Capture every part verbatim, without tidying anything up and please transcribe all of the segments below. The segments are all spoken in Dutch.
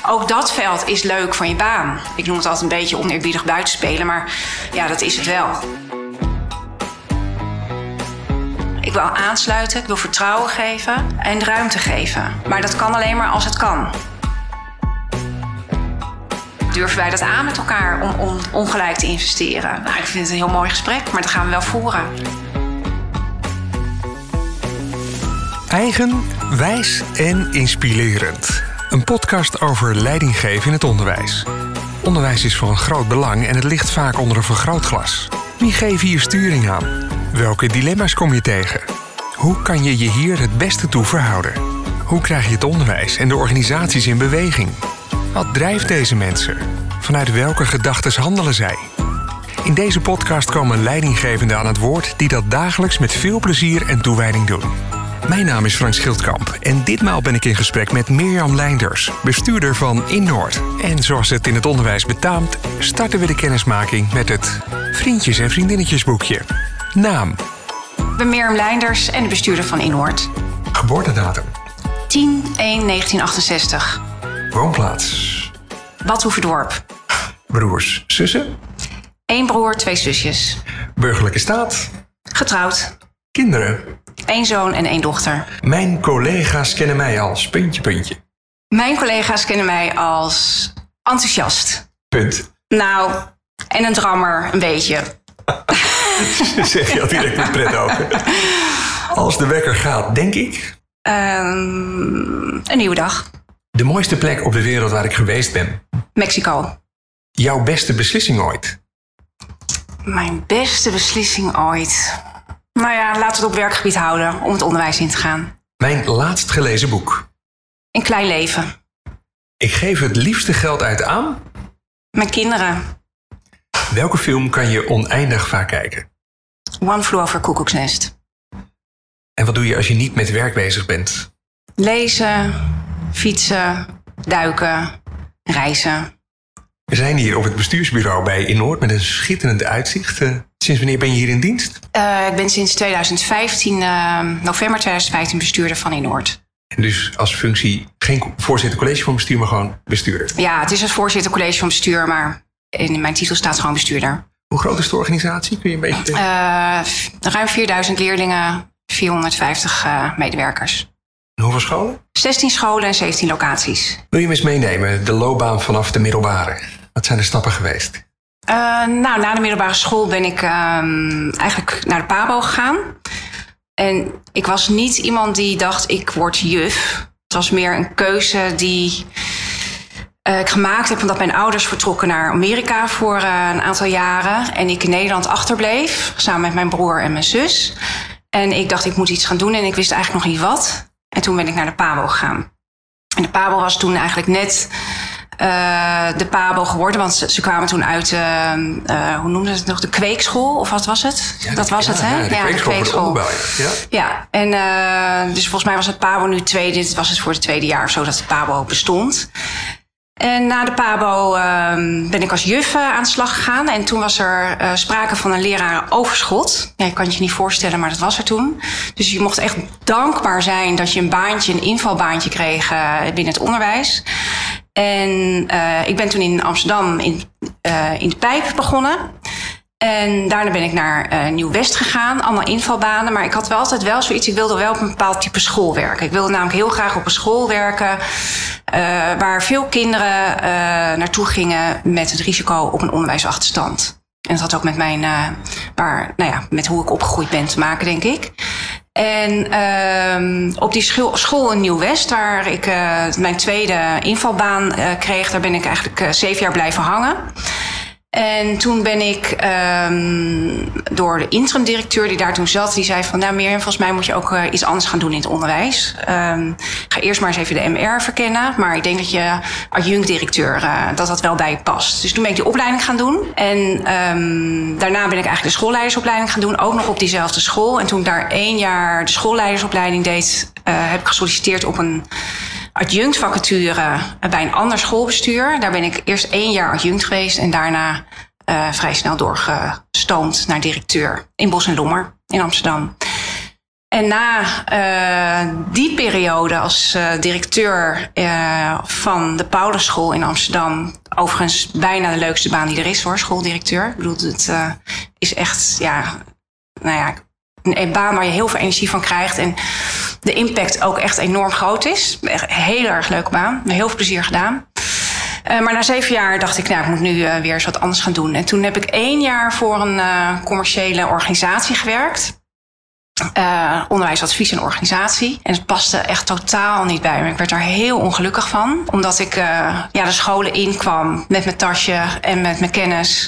ook dat veld is leuk van je baan. Ik noem het altijd een beetje oneerbiedig buitenspelen, maar ja, dat is het wel. Ik wil aansluiten, ik wil vertrouwen geven en ruimte geven. Maar dat kan alleen maar als het kan. Durven wij dat aan met elkaar om, om ongelijk te investeren? Nou, ik vind het een heel mooi gesprek, maar dat gaan we wel voeren. Eigen, wijs en inspirerend. Een podcast over leidinggeven in het onderwijs. Onderwijs is van een groot belang en het ligt vaak onder een vergrootglas. Wie geeft hier sturing aan? Welke dilemma's kom je tegen? Hoe kan je je hier het beste toe verhouden? Hoe krijg je het onderwijs en de organisaties in beweging? Wat drijft deze mensen? Vanuit welke gedachtes handelen zij? In deze podcast komen leidinggevenden aan het woord die dat dagelijks met veel plezier en toewijding doen. Mijn naam is Frank Schildkamp en ditmaal ben ik in gesprek met Mirjam Leinders, bestuurder van InNoord. En zoals het in het onderwijs betaamt, starten we de kennismaking met het Vriendjes- en Vriendinnetjesboekje. Naam. Ik ben Mirjam Leinders en de bestuurder van InNoord. Geboortedatum. tien één negentien achtenzestig. Woonplaats. Bad Hoeverdorp. Broers, zussen. Eén broer, twee zusjes. Burgerlijke staat. Getrouwd. Kinderen. Eén zoon en één dochter. Mijn collega's kennen mij als puntje, puntje. Mijn collega's kennen mij als enthousiast. Punt. Nou, en een drammer, een beetje. Zeg je al direct met pret open. Als de wekker gaat, denk ik... Um, een nieuwe dag. De mooiste plek op de wereld waar ik geweest ben. Mexico. Jouw beste beslissing ooit? Mijn beste beslissing ooit... Nou ja, laten we het op werkgebied houden om het onderwijs in te gaan. Mijn laatst gelezen boek? Een klein leven. Ik geef het liefste geld uit aan? Mijn kinderen. Welke film kan je oneindig vaak kijken? One Flew Over Cuckoo's Nest. En wat doe je als je niet met werk bezig bent? Lezen, fietsen, duiken, reizen. We zijn hier op het bestuursbureau bij InNoord met een schitterend uitzicht. Uh, sinds wanneer ben je hier in dienst? Uh, ik ben sinds twintig vijftien, uh, november twintig vijftien bestuurder van InNoord. En dus als functie geen voorzitter college van bestuur, maar gewoon bestuurder? Ja, het is het voorzitter college van bestuur, maar in mijn titel staat gewoon bestuurder. Hoe groot is de organisatie? Kun je een beetje... Uh, ruim vierduizend leerlingen, vierhonderdvijftig uh, medewerkers. En hoeveel scholen? zestien scholen en zeventien locaties. Wil je me eens meenemen, de loopbaan vanaf de middelbare? Wat zijn de stappen geweest? Uh, nou, na de middelbare school ben ik uh, eigenlijk naar de PABO gegaan. En ik was niet iemand die dacht, ik word juf. Het was meer een keuze die uh, ik gemaakt heb... omdat mijn ouders vertrokken naar Amerika voor uh, een aantal jaren. En ik in Nederland achterbleef, samen met mijn broer en mijn zus. En ik dacht, ik moet iets gaan doen en ik wist eigenlijk nog niet wat. En toen ben ik naar de PABO gegaan. En de PABO was toen eigenlijk net... Uh, de PABO geworden, want ze, ze kwamen toen uit, uh, uh, hoe noemden ze het nog, de kweekschool, of wat was het? Ja, dat was ja, het, hè? Ja, de ja, kweekschool, de kweekschool. Voor de onderbouw, ja. Ja, en uh, dus volgens mij was het PABO nu tweede, dit was het voor het tweede jaar of zo dat de PABO bestond. En na de PABO uh, ben ik als juf uh, aan de slag gegaan. En toen was er uh, sprake van een lerarenoverschot. Ja, je kan het je niet voorstellen, maar dat was er toen. Dus je mocht echt dankbaar zijn dat je een baantje, een invalbaantje kreeg uh, binnen het onderwijs. En uh, ik ben toen in Amsterdam in, uh, in de pijp begonnen. En daarna ben ik naar uh, Nieuw-West gegaan. Allemaal invalbanen. Maar ik had wel altijd wel zoiets. Ik wilde wel op een bepaald type school werken. Ik wilde namelijk heel graag op een school werken. Uh, waar veel kinderen uh, naartoe gingen met het risico op een onderwijsachterstand. En dat had ook met mijn, uh, waar, nou ja, met hoe ik opgegroeid ben te maken, denk ik. En uh, op die school, school in Nieuw-West, waar ik uh, mijn tweede invalbaan uh, kreeg, daar ben ik eigenlijk uh, zeven jaar blijven hangen. En toen ben ik um, door de interim-directeur die daar toen zat, die zei van, nou Mirjam, volgens mij moet je ook uh, iets anders gaan doen in het onderwijs. Um, ga eerst maar eens even de M R verkennen, maar ik denk dat je adjunct-directeur, uh, dat dat wel bij je past. Dus toen ben ik die opleiding gaan doen. En um, daarna ben ik eigenlijk de schoolleidersopleiding gaan doen, ook nog op diezelfde school. En toen ik daar één jaar de schoolleidersopleiding deed, uh, heb ik gesolliciteerd op een adjunct vacature bij een ander schoolbestuur. Daar ben ik eerst één jaar adjunct geweest en daarna uh, vrij snel doorgestoomd naar directeur in Bos en Lommer in Amsterdam. En na uh, die periode als uh, directeur uh, van de Paulusschool in Amsterdam... overigens bijna de leukste baan die er is hoor, schooldirecteur. Ik bedoel, het uh, is echt, ja, nou ja, een baan waar je heel veel energie van krijgt... en de impact ook echt enorm groot is. Echt een heel erg leuke baan, met heel veel plezier gedaan. Uh, maar na zeven jaar dacht ik, nou, ik moet nu uh, weer eens wat anders gaan doen. En toen heb ik één jaar voor een uh, commerciële organisatie gewerkt... Uh, onderwijsadvies en organisatie. En het paste echt totaal niet bij me. Ik werd daar heel ongelukkig van. Omdat ik uh, ja, de scholen inkwam met mijn tasje en met mijn kennis.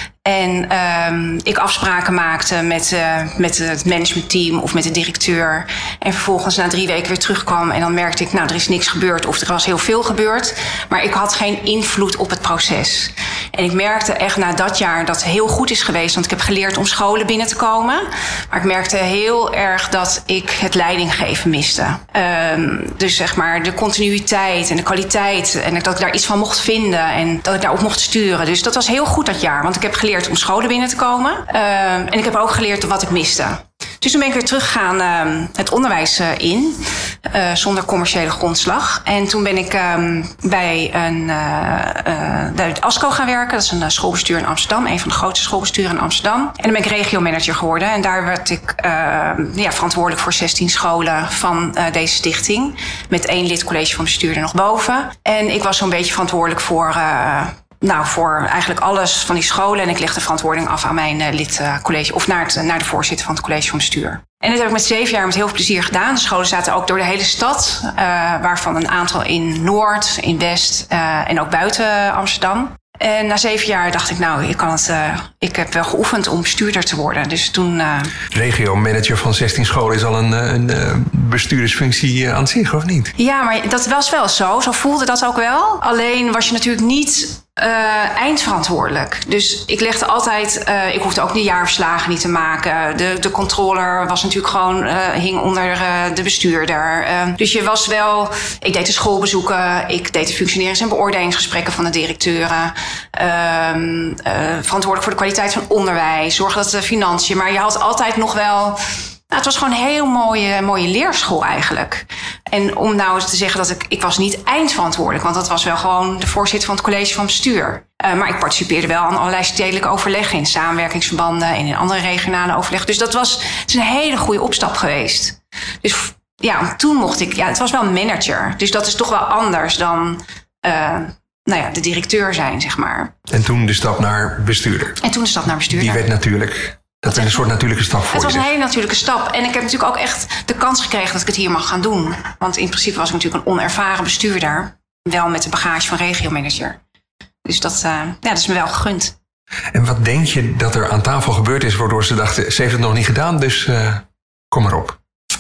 En um, ik afspraken maakte met, uh, met het managementteam of met de directeur. En vervolgens na drie weken weer terugkwam. En dan merkte ik, nou, er is niks gebeurd of er was heel veel gebeurd. Maar ik had geen invloed op het proces. En ik merkte echt na dat jaar dat het heel goed is geweest. Want ik heb geleerd om scholen binnen te komen. Maar ik merkte heel erg dat ik het leidinggeven miste. Um, dus zeg maar de continuïteit en de kwaliteit. En dat ik daar iets van mocht vinden. En dat ik daarop mocht sturen. Dus dat was heel goed dat jaar. Want ik heb geleerd om scholen binnen te komen. Uh, en ik heb ook geleerd wat ik miste. Dus toen ben ik weer teruggegaan uh, het onderwijs uh, in. Uh, zonder commerciële grondslag. En toen ben ik um, bij een uh, uh, bij het ASCO gaan werken. Dat is een uh, schoolbestuur in Amsterdam. Een van de grootste schoolbesturen in Amsterdam. En dan ben ik regiomanager geworden. En daar werd ik uh, ja, verantwoordelijk voor zestien scholen van uh, deze stichting. Met één lid college van bestuur er nog boven. En ik was zo'n beetje verantwoordelijk voor... Uh, Nou, voor eigenlijk alles van die scholen. En ik leg de verantwoording af aan mijn uh, lidcollege... of naar, het, naar de voorzitter van het college van bestuur. En dit heb ik met zeven jaar met heel veel plezier gedaan. De scholen zaten ook door de hele stad. Uh, waarvan een aantal in Noord, in West uh, en ook buiten Amsterdam. En na zeven jaar dacht ik, nou, ik, kan het, uh, ik heb wel geoefend om bestuurder te worden. Dus toen... Uh... Regio-manager van zestien scholen is al een, een, een bestuurdersfunctie aan zich, of niet? Ja, maar dat was wel zo. Zo voelde dat ook wel. Alleen was je natuurlijk niet... Uh, eindverantwoordelijk. Dus ik legde altijd... Uh, ik hoefde ook de jaarverslagen niet te maken. De, de controller was natuurlijk gewoon... Uh, hing onder uh, de bestuurder. Uh, dus je was wel... Ik deed de schoolbezoeken. Ik deed de functionerings- en beoordelingsgesprekken van de directeuren. Uh, uh, verantwoordelijk voor de kwaliteit van onderwijs. Zorg dat de financiën... Maar je had altijd nog wel... Nou, het was gewoon een heel mooie, mooie leerschool eigenlijk. En om nou eens te zeggen dat ik... Ik was niet eindverantwoordelijk, want dat was wel gewoon de voorzitter van het college van bestuur. Uh, maar ik participeerde wel aan allerlei stedelijke overleggen... in samenwerkingsverbanden en in andere regionale overleggen. Dus dat was, het is een hele goede opstap geweest. Dus ja, toen mocht ik... Ja, het was wel een manager. Dus dat is toch wel anders dan... Uh, nou ja, de directeur zijn, zeg maar. En toen de stap naar bestuurder. En toen de stap naar bestuurder. Die werd natuurlijk... Dat is een soort natuurlijke stap voor je. Het was dus. een hele natuurlijke stap. En ik heb natuurlijk ook echt de kans gekregen dat ik het hier mag gaan doen. Want in principe was ik natuurlijk een onervaren bestuurder. Wel met de bagage van regiomanager. Dus dat, uh, ja, dat is me wel gegund. En wat denk je dat er aan tafel gebeurd is... waardoor ze dachten, ze heeft het nog niet gedaan, dus uh, kom maar op.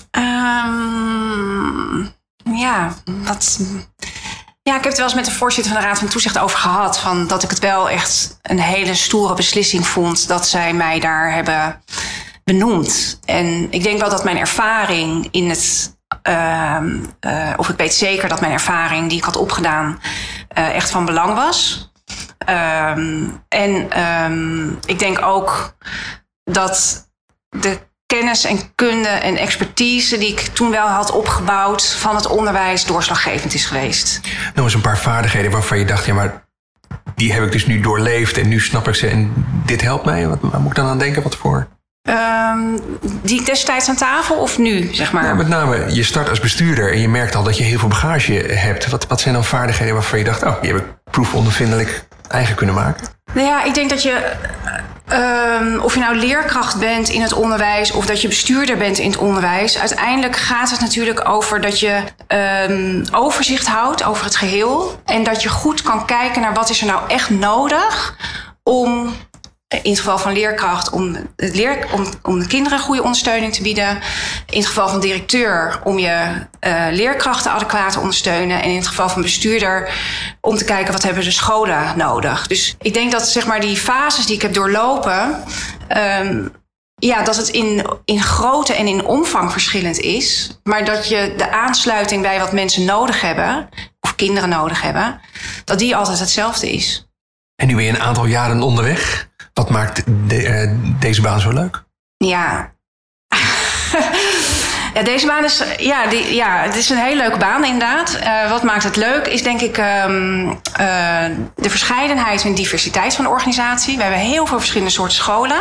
Um, ja, wat... Ja, ik heb het wel eens met de voorzitter van de Raad van Toezicht over gehad. Van dat ik het wel echt een hele stoere beslissing vond dat zij mij daar hebben benoemd. En ik denk wel dat mijn ervaring in het... Uh, uh, of ik weet zeker dat mijn ervaring die ik had opgedaan uh, echt van belang was. Um, en um, ik denk ook dat de kennis en kunde en expertise die ik toen wel had opgebouwd van het onderwijs doorslaggevend is geweest. Nou, eens een paar vaardigheden waarvan je dacht, ja, maar die heb ik dus nu doorleefd en nu snap ik ze en dit helpt mij. Wat, waar moet ik dan aan denken? Wat voor? Um, die ik destijds aan tafel of nu, zeg maar? Ja, met name, je start als bestuurder en je merkt al dat je heel veel bagage hebt. Wat, wat zijn dan vaardigheden waarvan je dacht, oh, die heb ik proefondervindelijk eigen kunnen maken? Nou ja, ik denk dat je... Um, of je nou leerkracht bent in het onderwijs of dat je bestuurder bent in het onderwijs. Uiteindelijk gaat het natuurlijk over dat je um, overzicht houdt over het geheel. En dat je goed kan kijken naar wat is er nou echt nodig om... In het geval van leerkracht om, het leer, om, om de kinderen goede ondersteuning te bieden. In het geval van directeur om je uh, leerkrachten adequaat te ondersteunen. En in het geval van bestuurder om te kijken wat hebben de scholen nodig. Dus ik denk dat zeg maar, die fases die ik heb doorlopen... Um, ja, dat het in, in grootte en in omvang verschillend is. Maar dat je de aansluiting bij wat mensen nodig hebben... of kinderen nodig hebben... dat die altijd hetzelfde is. En nu ben je een aantal jaren onderweg... Wat maakt de, uh, deze baan zo leuk? Ja. Ja, deze baan is, ja, die, ja, het is een hele leuke baan inderdaad. Uh, wat maakt het leuk is denk ik um, uh, de verscheidenheid en diversiteit van de organisatie. We hebben heel veel verschillende soorten scholen.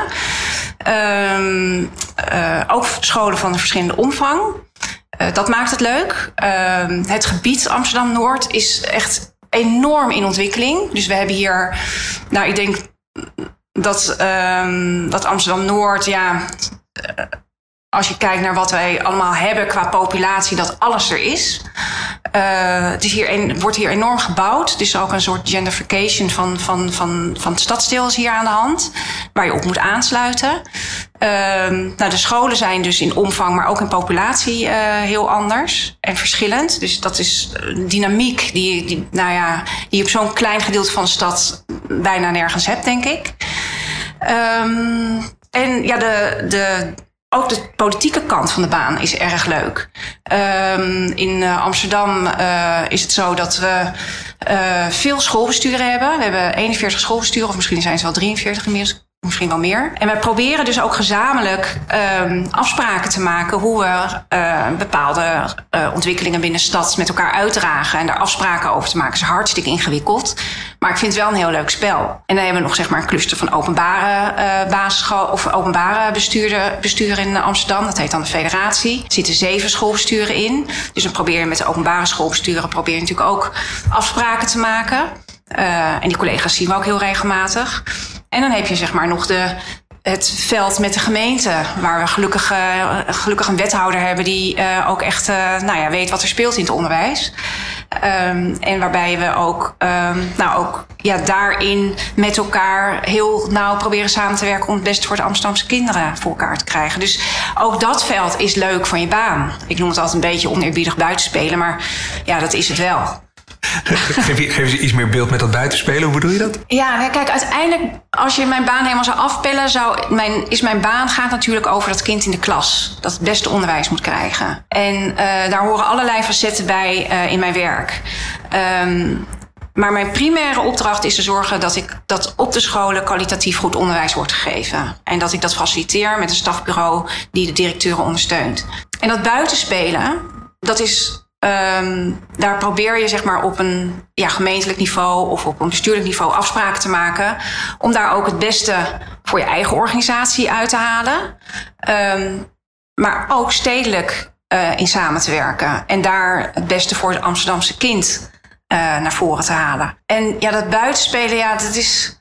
Um, uh, ook scholen van een verschillende omvang. Uh, dat maakt het leuk. Uh, het gebied Amsterdam-Noord is echt enorm in ontwikkeling. Dus we hebben hier, nou ik denk dat, um, dat Amsterdam-Noord, ja, uh, als je kijkt naar wat wij allemaal hebben qua populatie, dat alles er is. Uh, het is hier een, wordt hier enorm gebouwd. Dus ook een soort gentrification van, van, van, van het stadsdeel is hier aan de hand, waar je op moet aansluiten. Uh, nou, de scholen zijn dus in omvang, maar ook in populatie uh, heel anders en verschillend. Dus dat is een dynamiek die, die, nou ja, die je op zo'n klein gedeelte van de stad bijna nergens hebt, denk ik. Um, en ja, de, de, ook de politieke kant van de baan is erg leuk. Um, in uh, Amsterdam uh, is het zo dat we uh, veel schoolbesturen hebben. We hebben eenenveertig schoolbesturen, of misschien zijn ze wel drieënveertig inmiddels. Misschien wel meer. En wij proberen dus ook gezamenlijk um, afspraken te maken hoe we uh, bepaalde uh, ontwikkelingen binnen de stad met elkaar uitdragen en daar afspraken over te maken. Dat is hartstikke ingewikkeld. Maar ik vind het wel een heel leuk spel. En dan hebben we nog zeg maar een cluster van openbare uh, basisschool of openbare besturen, besturen in Amsterdam. Dat heet dan de Federatie. Er zitten zeven schoolbesturen in. Dus dan probeer je met de openbare schoolbesturen probeer je natuurlijk ook afspraken te maken. Uh, en die collega's zien we ook heel regelmatig. En dan heb je zeg maar nog de, het veld met de gemeente, waar we gelukkig, uh, gelukkig een wethouder hebben die uh, ook echt uh, nou ja, weet wat er speelt in het onderwijs. Um, en waarbij we ook, um, nou ook ja, daarin met elkaar heel nauw proberen samen te werken om het beste voor de Amsterdamse kinderen voor elkaar te krijgen. Dus ook dat veld is leuk van je baan. Ik noem het altijd een beetje oneerbiedig buitenspelen, maar ja, dat is het wel. Geef je, geef je iets meer beeld met dat buitenspelen? Hoe bedoel je dat? Ja, kijk, uiteindelijk, als je mijn baan helemaal zou afpellen, zou mijn, is mijn baan gaat natuurlijk over dat kind in de klas. Dat het beste onderwijs moet krijgen. En uh, daar horen allerlei facetten bij uh, in mijn werk. Um, maar mijn primaire opdracht is te zorgen dat ik dat op de scholen kwalitatief goed onderwijs wordt gegeven. En dat ik dat faciliteer met een stafbureau die de directeuren ondersteunt. En dat buitenspelen, dat is... Um, daar probeer je zeg maar op een ja, gemeentelijk niveau of op een bestuurlijk niveau afspraken te maken. Om daar ook het beste voor je eigen organisatie uit te halen. Um, maar ook stedelijk uh, in samen te werken. En daar het beste voor het Amsterdamse kind uh, naar voren te halen. En ja, dat buitenspelen, ja, dat is...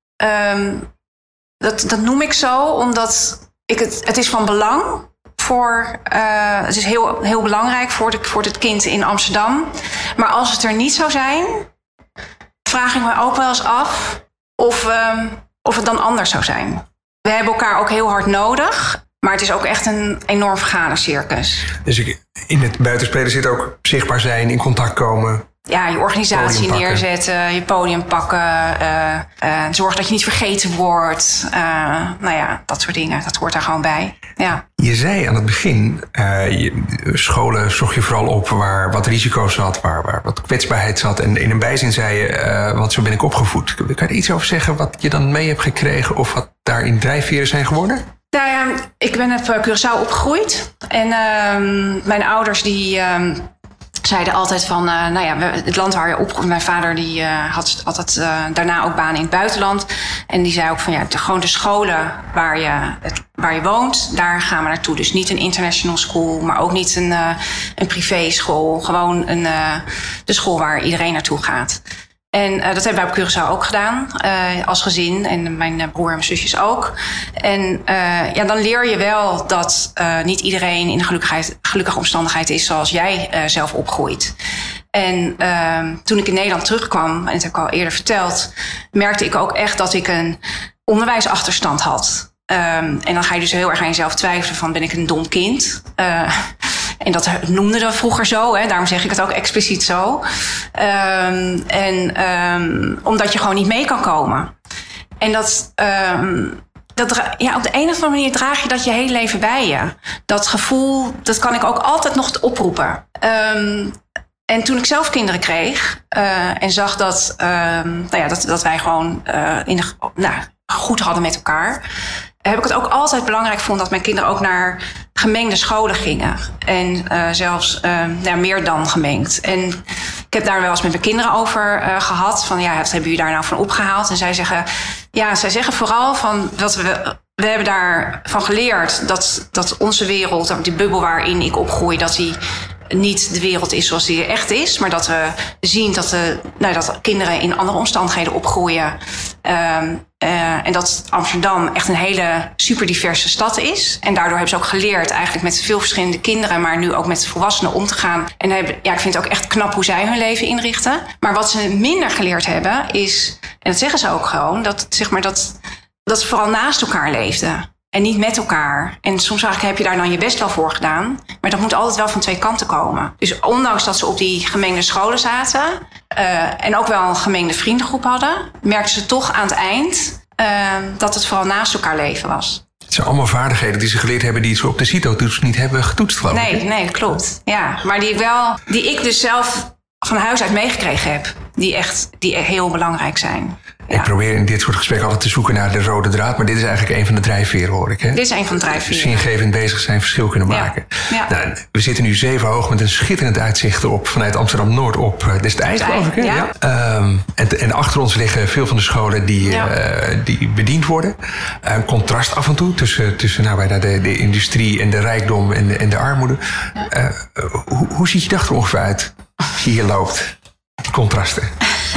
Um, dat, dat noem ik zo omdat ik het, het is van belang... Voor, uh, het is heel, heel belangrijk voor, de, voor het kind in Amsterdam. Maar als het er niet zou zijn, vraag ik me ook wel eens af of, um, of het dan anders zou zijn. We hebben elkaar ook heel hard nodig, maar het is ook echt een enorm vergadercircus. Dus ik, in het buitenspelen zit ook zichtbaar zijn, in contact komen. Ja, je organisatie neerzetten, je podium pakken, uh, uh, zorg dat je niet vergeten wordt. Uh, nou ja, dat soort dingen, dat hoort daar gewoon bij. Ja. Je zei aan het begin, uh, je, scholen zocht je vooral op waar wat risico zat, waar, waar wat kwetsbaarheid zat. En in een bijzin zei je, uh, want zo ben ik opgevoed. Kan je er iets over zeggen wat je dan mee hebt gekregen of wat daarin drijfveren zijn geworden? Nou ja, ik ben op Curaçao opgegroeid. En uh, mijn ouders die... Uh, zeiden altijd van, uh, nou ja, het land waar je opgroeit. Mijn vader die uh, had altijd uh, daarna ook banen in het buitenland. En die zei ook van, ja, de, gewoon de scholen waar je, het, waar je woont, daar gaan we naartoe. Dus niet een international school, maar ook niet een, uh, een privé school. Gewoon een, uh, de school waar iedereen naartoe gaat. En uh, dat hebben wij op Curaçao ook gedaan, uh, als gezin. En mijn broer en mijn zusjes ook. En uh, ja, dan leer je wel dat uh, niet iedereen in een gelukkige omstandigheid is zoals jij uh, zelf opgroeit. En uh, toen ik in Nederland terugkwam, en dat heb ik al eerder verteld, merkte ik ook echt dat ik een onderwijsachterstand had. Um, en dan ga je dus heel erg aan jezelf twijfelen van, ben ik een dom kind? Uh, En dat noemden we vroeger zo, hè, daarom zeg ik het ook expliciet zo. Um, en um, omdat je gewoon niet mee kan komen. En dat, um, dat ja, op de een of andere manier draag je dat je hele leven bij je. Dat gevoel, dat kan ik ook altijd nog oproepen. Um, en toen ik zelf kinderen kreeg uh, en zag dat, um, nou ja, dat, dat wij gewoon uh, in de, nou, goed hadden met elkaar. heb ik het ook altijd belangrijk vond dat mijn kinderen ook naar gemengde scholen gingen. En uh, zelfs uh, ja, meer dan gemengd. En ik heb daar wel eens met mijn kinderen over uh, gehad. Van ja, wat hebben jullie daar nou van opgehaald? En zij zeggen, ja, zij zeggen vooral van dat we. We hebben daarvan geleerd dat, dat onze wereld, die bubbel waarin ik opgroei, dat die niet de wereld is zoals die echt is. Maar dat we zien dat, de, nou, dat kinderen in andere omstandigheden opgroeien. Uh, uh, en dat Amsterdam echt een hele super diverse stad is. En daardoor hebben ze ook geleerd eigenlijk met veel verschillende kinderen, maar nu ook met volwassenen om te gaan. En hebben, ja, ik vind het ook echt knap hoe zij hun leven inrichten. Maar wat ze minder geleerd hebben is, en dat zeggen ze ook gewoon, dat, zeg maar, dat, dat ze vooral naast elkaar leefden. En niet met elkaar. En soms eigenlijk heb je daar dan je best wel voor gedaan. Maar dat moet altijd wel van twee kanten komen. Dus ondanks dat ze op die gemengde scholen zaten. Uh, en ook wel een gemengde vriendengroep hadden. Merkten ze toch aan het eind uh, dat het vooral naast elkaar leven was. Het zijn allemaal vaardigheden die ze geleerd hebben die ze op de CITO-toets niet hebben getoetst, geloof nee, ik. Nee, nee, klopt. Ja, maar die, wel, die ik dus zelf van huis uit meegekregen heb. Die echt die heel belangrijk zijn. Ja. Ik probeer in dit soort gesprekken altijd te zoeken naar de rode draad. Maar dit is eigenlijk een van de drijfveren, hoor ik. Hè? Dit is een van de drijfveren. Zingevend bezig zijn, verschil kunnen maken. Ja. Ja. Nou, we zitten nu zeven hoog met een schitterend uitzicht op vanuit Amsterdam-Noord op. Uh, dit is het IJs, geloof ik. Hè? Ja. Ja. Um, en, en achter ons liggen veel van de scholen die, ja. uh, die bediend worden. Een uh, contrast af en toe tussen, tussen nou, bij de, de industrie en de rijkdom en de, en de armoede. Ja. Uh, uh, hoe, hoe ziet je dag er ongeveer uit als je hier loopt? Die contrasten.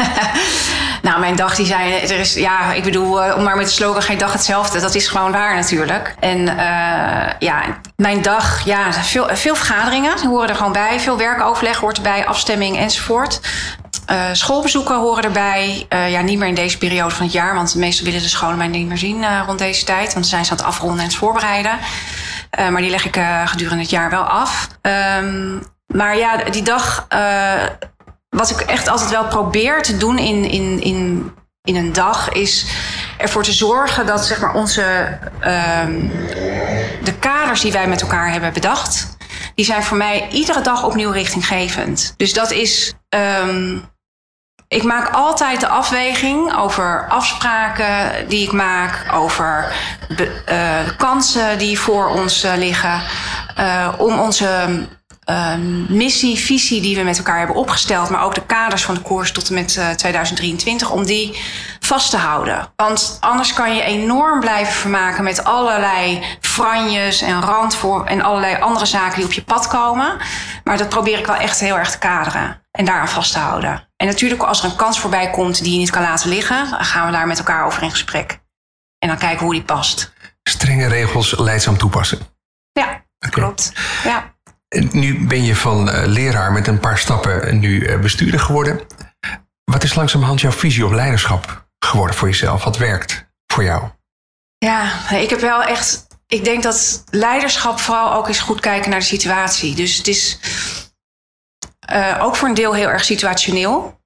Nou, mijn dag die zijn, er is, ja, ik bedoel, uh, om maar met de slogan geen dag hetzelfde. Dat is gewoon waar natuurlijk. En uh, ja, mijn dag, ja, veel, veel vergaderingen horen er gewoon bij. Veel werkoverleg hoort erbij, afstemming enzovoort. Uh, schoolbezoeken horen erbij. Uh, ja, niet meer in deze periode van het jaar. Want meestal willen de scholen mij niet meer zien uh, rond deze tijd. Want dan zijn ze aan het afronden en het voorbereiden. Uh, maar die leg ik uh, gedurende het jaar wel af. Um, maar ja, die dag. Uh, Wat ik echt altijd wel probeer te doen in, in, in, in een dag is ervoor te zorgen dat zeg maar, onze, um, de kaders die wij met elkaar hebben bedacht, die zijn voor mij iedere dag opnieuw richtinggevend. Dus dat is, um, ik maak altijd de afweging over afspraken die ik maak, over be, uh, kansen die voor ons uh, liggen, uh, om onze Uh, missie, visie die we met elkaar hebben opgesteld, maar ook de kaders van de koers tot en met uh, tweeduizend drieëntwintig, om die vast te houden. Want anders kan je enorm blijven vermaken met allerlei franjes en randvoor en allerlei andere zaken die op je pad komen. Maar dat probeer ik wel echt heel erg te kaderen en daaraan vast te houden. En natuurlijk, als er een kans voorbij komt die je niet kan laten liggen, dan gaan we daar met elkaar over in gesprek. En dan kijken hoe die past. Strenge regels leidzaam toepassen. Ja, okay. Klopt. Ja. Nu ben je van uh, leraar met een paar stappen nu uh, bestuurder geworden. Wat is langzamerhand jouw visie op leiderschap geworden voor jezelf? Wat werkt voor jou? Ja, ik heb wel echt. Ik denk dat leiderschap vooral ook is goed kijken naar de situatie. Dus het is uh, ook voor een deel heel erg situationeel.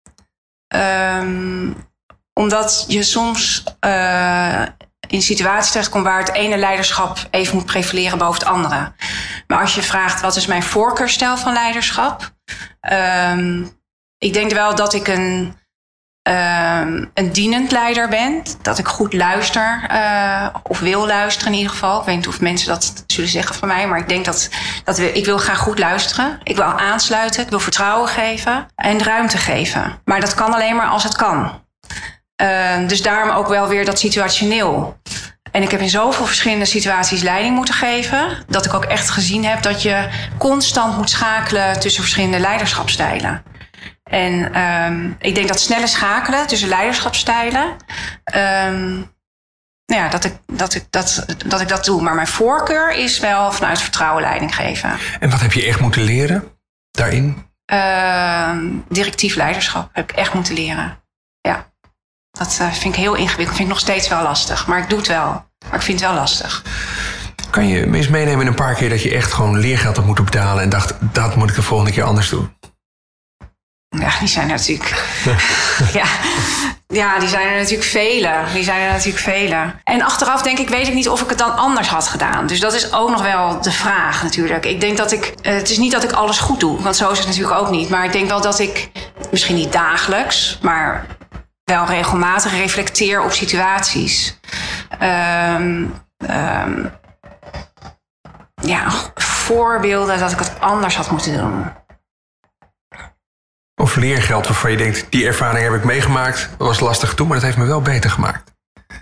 Um, omdat je soms uh, in situaties terechtkomt waar het ene leiderschap even moet prevaleren boven het andere. Maar als je vraagt wat is mijn voorkeurstijl van leiderschap, um, ik denk wel dat ik een, um, een dienend leider ben. Dat ik goed luister, uh, of wil luisteren in ieder geval. Ik weet niet of mensen dat zullen zeggen van mij, maar ik denk dat, dat we, ik wil graag goed luisteren. Ik wil aansluiten, ik wil vertrouwen geven en ruimte geven. Maar dat kan alleen maar als het kan. Uh, dus daarom ook wel weer dat situationeel. En ik heb in zoveel verschillende situaties leiding moeten geven, dat ik ook echt gezien heb dat je constant moet schakelen tussen verschillende leiderschapsstijlen. En um, ik denk dat snelle schakelen tussen leiderschapsstijlen, um, nou ja, dat ik dat, ik, dat, dat ik dat doe. Maar mijn voorkeur is wel vanuit vertrouwen leiding geven. En wat heb je echt moeten leren daarin? Uh, directief leiderschap heb ik echt moeten leren. Ja. Dat uh, vind ik heel ingewikkeld. Vind ik nog steeds wel lastig. Maar ik doe het wel. Maar ik vind het wel lastig. Kan je me eens meenemen in een paar keer dat je echt gewoon leergeld hebt moeten betalen en dacht, dat moet ik de volgende keer anders doen? Ja, die zijn er natuurlijk. ja. ja, die zijn er natuurlijk vele. Die zijn er natuurlijk vele. En achteraf denk ik, weet ik niet of ik het dan anders had gedaan. Dus dat is ook nog wel de vraag natuurlijk. Ik denk dat ik, uh, het is niet dat ik alles goed doe. Want zo is het natuurlijk ook niet. Maar ik denk wel dat ik, misschien niet dagelijks, maar wel regelmatig reflecteer op situaties. Um, um, ja, voorbeelden dat ik het anders had moeten doen. Of leergeld waarvan je denkt, die ervaring heb ik meegemaakt. Dat was lastig toen, maar dat heeft me wel beter gemaakt.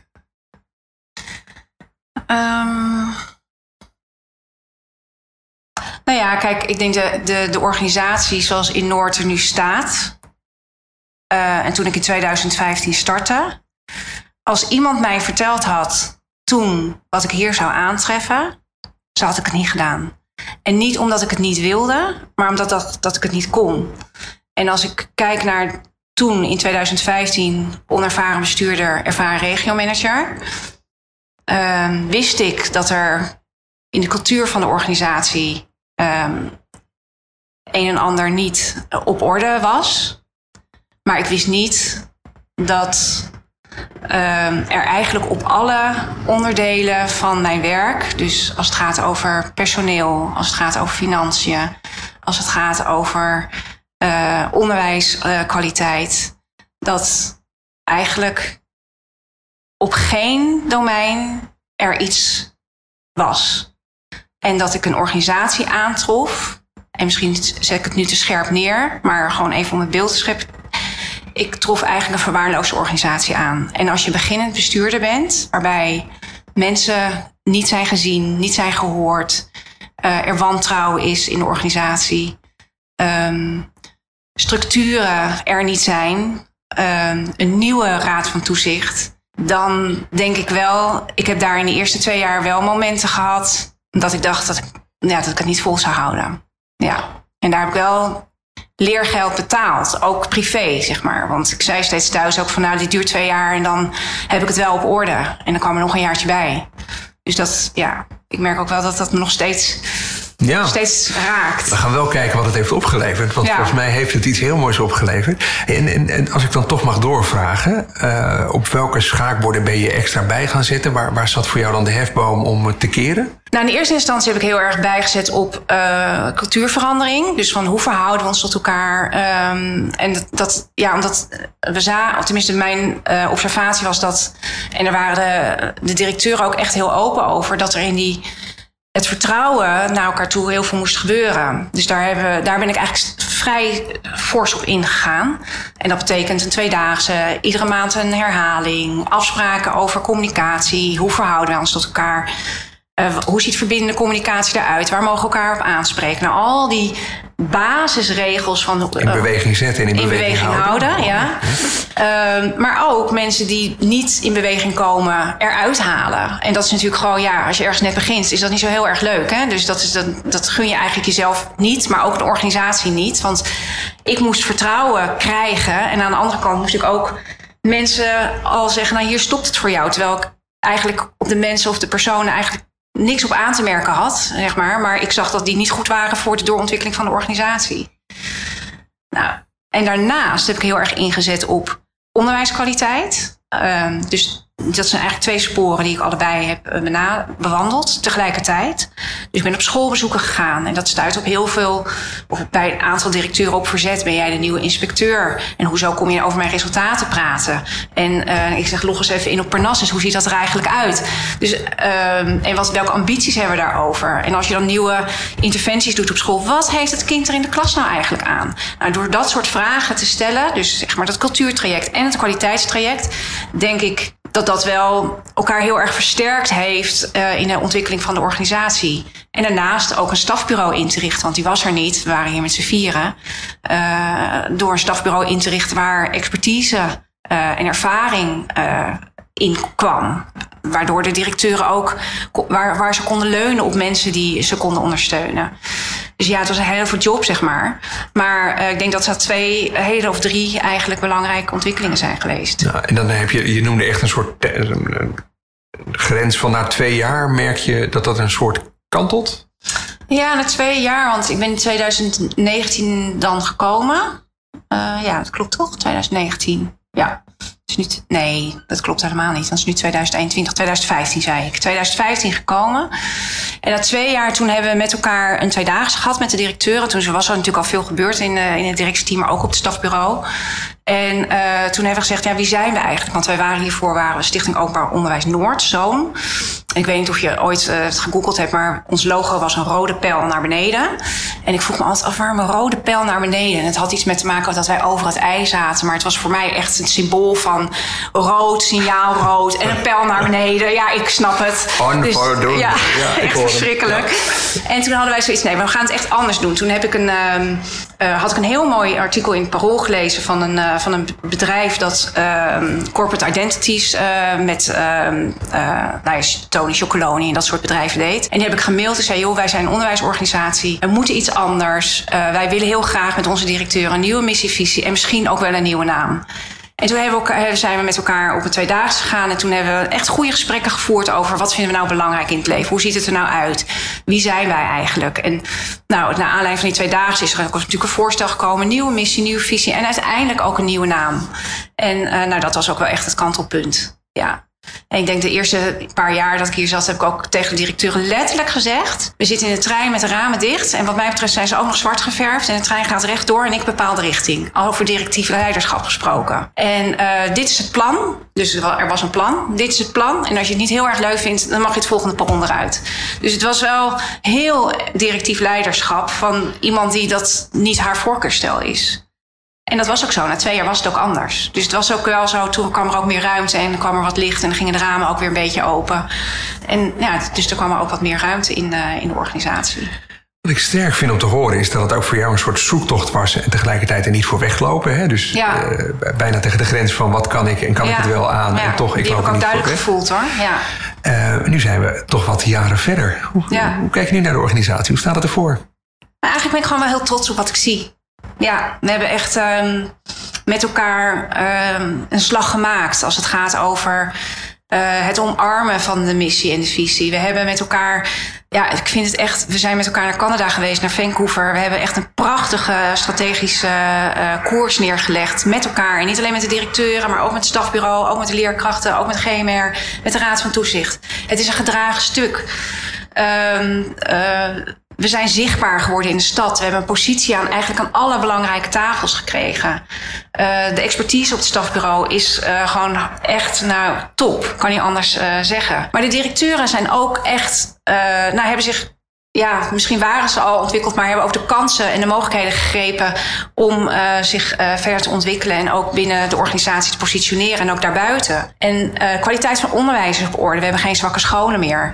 Um, nou ja, kijk, ik denk de, de, de organisatie zoals InNoord er nu staat. Uh, en toen ik in twintig vijftien startte. Als iemand mij verteld had toen wat ik hier zou aantreffen, zo had ik het niet gedaan. En niet omdat ik het niet wilde, maar omdat dat, dat ik het niet kon. En als ik kijk naar toen in twintig vijftien, onervaren bestuurder, ervaren regiomanager, uh, wist ik dat er in de cultuur van de organisatie um, een en ander niet op orde was. Maar ik wist niet dat um, er eigenlijk op alle onderdelen van mijn werk, dus als het gaat over personeel, als het gaat over financiën, als het gaat over uh, onderwijskwaliteit, uh, dat eigenlijk op geen domein er iets was. En dat ik een organisatie aantrof, en misschien zet ik het nu te scherp neer, maar gewoon even om het beeld te scheppen. Ik trof eigenlijk een verwaarloosde organisatie aan. En als je beginnend bestuurder bent, waarbij mensen niet zijn gezien, niet zijn gehoord, uh, er wantrouwen is in de organisatie, um, structuren er niet zijn, um, een nieuwe raad van toezicht, dan denk ik wel, ik heb daar in de eerste twee jaar wel momenten gehad dat ik dacht dat ik, ja, dat ik het niet vol zou houden. Ja. En daar heb ik wel leergeld betaald, ook privé, zeg maar. Want ik zei steeds thuis ook van, nou, dit duurt twee jaar en dan heb ik het wel op orde. En dan kwam er nog een jaartje bij. Dus dat, ja, ik merk ook wel dat dat me nog steeds, ja. nog steeds raakt. We gaan wel kijken wat het heeft opgeleverd. Want ja. volgens mij heeft het iets heel moois opgeleverd. En, en, en als ik dan toch mag doorvragen, uh, op welke schaakborden ben je extra bij gaan zetten? Waar, waar zat voor jou dan de hefboom om te keren? Nou, in de eerste instantie heb ik heel erg bijgezet op uh, cultuurverandering. Dus van hoe verhouden we ons tot elkaar. Um, en dat, dat, ja, omdat we zagen, of tenminste mijn uh, observatie was dat, en daar waren de, de directeuren ook echt heel open over, dat er in die het vertrouwen naar elkaar toe heel veel moest gebeuren. Dus daar, hebben, daar ben ik eigenlijk vrij fors op ingegaan. En dat betekent een tweedaagse, iedere maand een herhaling, afspraken over communicatie, hoe verhouden we ons tot elkaar. Uh, hoe ziet verbindende communicatie eruit? Waar mogen we elkaar op aanspreken? Nou, al die basisregels van uh, in beweging zetten en in, in beweging, beweging houden. houden ja. Ja. Uh, maar ook mensen die niet in beweging komen, eruit halen. En dat is natuurlijk gewoon, ja, als je ergens net begint, is dat niet zo heel erg leuk. Hè? Dus dat, is, dat, dat gun je eigenlijk jezelf niet, maar ook de organisatie niet. Want ik moest vertrouwen krijgen. En aan de andere kant moest ik ook mensen al zeggen, nou, hier stopt het voor jou. Terwijl ik eigenlijk op de mensen of de personen eigenlijk niks op aan te merken had, zeg maar. Maar ik zag dat die niet goed waren voor de doorontwikkeling van de organisatie. Nou, en daarnaast heb ik heel erg ingezet op onderwijskwaliteit. Um, dus dat zijn eigenlijk twee sporen die ik allebei heb bena- bewandeld tegelijkertijd. Dus ik ben op schoolbezoeken gegaan. En dat stuit op heel veel, of bij een aantal directeuren op verzet. Ben jij de nieuwe inspecteur? En hoezo kom je over mijn resultaten praten? En uh, ik zeg, log eens even in op Parnassus. Hoe ziet dat er eigenlijk uit? Dus, um, en wat, welke ambities hebben we daarover? En als je dan nieuwe interventies doet op school, wat heeft het kind er in de klas nou eigenlijk aan? Nou, door dat soort vragen te stellen, dus zeg maar dat cultuurtraject en het kwaliteitstraject, denk ik dat dat wel elkaar heel erg versterkt heeft uh, in de ontwikkeling van de organisatie. En daarnaast ook een stafbureau in te richten, want die was er niet. We waren hier met z'n vieren. Uh, door een stafbureau in te richten waar expertise uh, en ervaring uh, in kwam. Waardoor de directeuren ook, waar, waar ze konden leunen op mensen die ze konden ondersteunen. Dus ja, het was een heel veel job, zeg maar. Maar uh, ik denk dat dat twee, hele of drie eigenlijk belangrijke ontwikkelingen zijn geweest. Nou, en dan heb je, je noemde echt een soort te, een grens van na twee jaar. Merk je dat dat een soort kantelt? Ja, na twee jaar, want ik ben in twintig negentien dan gekomen. Uh, ja, dat klopt toch? twintig negentien, ja. Het is nu, nee, dat klopt helemaal niet. Dat is nu twintig eenentwintig, twintig vijftien zei ik. twintig vijftien gekomen. En na twee jaar toen hebben we met elkaar een tweedaagse gehad met de directeuren. Toen was er natuurlijk al veel gebeurd in, uh, in het directieteam, maar ook op het stafbureau. En uh, toen hebben we gezegd, ja, wie zijn we eigenlijk? Want wij waren hiervoor waren we Stichting Openbaar Onderwijs Noord, Zoon. Ik weet niet of je ooit uh, het gegoogeld hebt, maar ons logo was een rode pijl naar beneden. En ik vroeg me altijd af, waarom een rode pijl naar beneden? En het had iets met te maken dat wij over het ij zaten. Maar het was voor mij echt een symbool van rood, signaal rood en een pijl naar beneden. Ja, ik snap het. Onvoldoende. Dus, ja, ja, echt verschrikkelijk. Ja. En toen hadden wij zoiets, nee, we gaan het echt anders doen. Toen heb ik een, um, uh, had ik een heel mooi artikel in het Parool gelezen van een, uh, van een bedrijf dat uh, corporate identities uh, met uh, uh, nou ja, Tony Chocoloni en dat soort bedrijven deed. En die heb ik gemaild en zei, joh, wij zijn een onderwijsorganisatie. We moeten iets anders. Uh, wij willen heel graag met onze directeur een nieuwe missievisie en misschien ook wel een nieuwe naam. En toen hebben we elkaar, zijn we met elkaar op een tweedaagse gegaan. En toen hebben we echt goede gesprekken gevoerd over wat vinden we nou belangrijk in het leven? Hoe ziet het er nou uit? Wie zijn wij eigenlijk? En nou, naar aanleiding van die tweedaagse is er natuurlijk een voorstel gekomen. Een nieuwe missie, nieuwe visie en uiteindelijk ook een nieuwe naam. En uh, nou, dat was ook wel echt het kantelpunt. Ja. En ik denk de eerste paar jaar dat ik hier zat, heb ik ook tegen de directeuren letterlijk gezegd, we zitten in de trein met de ramen dicht. En wat mij betreft zijn ze ook nog zwart geverfd. En de trein gaat rechtdoor en ik bepaal de richting. Over directief leiderschap gesproken. En uh, dit is het plan. Dus er was een plan. Dit is het plan. En als je het niet heel erg leuk vindt, dan mag je het volgende plan eruit. Dus het was wel heel directief leiderschap van iemand die dat niet haar voorkeursstijl is. En dat was ook zo. Na twee jaar was het ook anders. Dus het was ook wel zo. Toen kwam er ook meer ruimte en kwam er wat licht. En dan gingen de ramen ook weer een beetje open. En ja, dus er kwam er ook wat meer ruimte in, uh, in de organisatie. Wat ik sterk vind om te horen is dat het ook voor jou een soort zoektocht was. En tegelijkertijd er niet voor weglopen. Hè? Dus ja. uh, bijna tegen de grens van wat kan ik en kan ja. ik het wel aan. Ja. En toch, ik Die loop heb ik ook er niet duidelijk voor weg. gevoeld hoor. Ja. Uh, nu zijn we toch wat jaren verder. Hoe, ja. hoe, hoe kijk je nu naar de organisatie? Hoe staat het ervoor? Nou, eigenlijk ben ik gewoon wel heel trots op wat ik zie. Ja, we hebben echt um, met elkaar um, een slag gemaakt als het gaat over uh, het omarmen van de missie en de visie. We hebben met elkaar, ja, ik vind het echt, we zijn met elkaar naar Canada geweest, naar Vancouver. We hebben echt een prachtige strategische uh, koers neergelegd met elkaar. En niet alleen met de directeuren, maar ook met het stafbureau, ook met de leerkrachten, ook met G M R, met de Raad van Toezicht. Het is een gedragen stuk. Um, uh, We zijn zichtbaar geworden in de stad. We hebben een positie aan eigenlijk aan alle belangrijke tafels gekregen. Uh, de expertise op het stafbureau is uh, gewoon echt nou, top. Kan niet anders uh, zeggen. Maar de directeuren zijn ook echt, uh, nou hebben zich, ja, misschien waren ze al ontwikkeld, maar hebben ook de kansen en de mogelijkheden gegrepen om uh, zich uh, verder te ontwikkelen en ook binnen de organisatie te positioneren en ook daarbuiten. En uh, kwaliteit van onderwijs is op orde. We hebben geen zwakke scholen meer.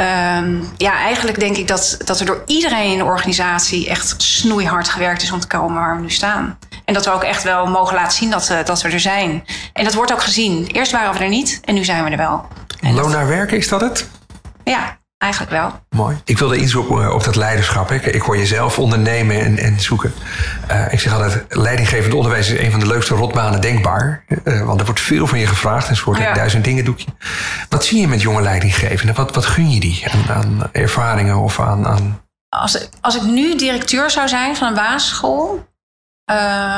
Um, ja, eigenlijk denk ik dat, dat er door iedereen in de organisatie echt snoeihard gewerkt is om te komen waar we nu staan. En dat we ook echt wel mogen laten zien dat, uh, dat we er zijn. En dat wordt ook gezien. Eerst waren we er niet en nu zijn we er wel. Loon naar werken, is dat het? Ja. Eigenlijk wel. Mooi. Ik wilde inzoeken op dat leiderschap. Ik, ik hoor jezelf ondernemen en, en zoeken. Uh, ik zeg altijd, leidinggevend onderwijs is een van de leukste rotbanen denkbaar. Uh, want er wordt veel van je gevraagd. Een soort ja. duizend dingen doekje. Wat zie je met jonge leidinggevenden? Wat, wat gun je die aan, aan ervaringen of aan... aan... Als, als ik nu directeur zou zijn van een basisschool... Uh,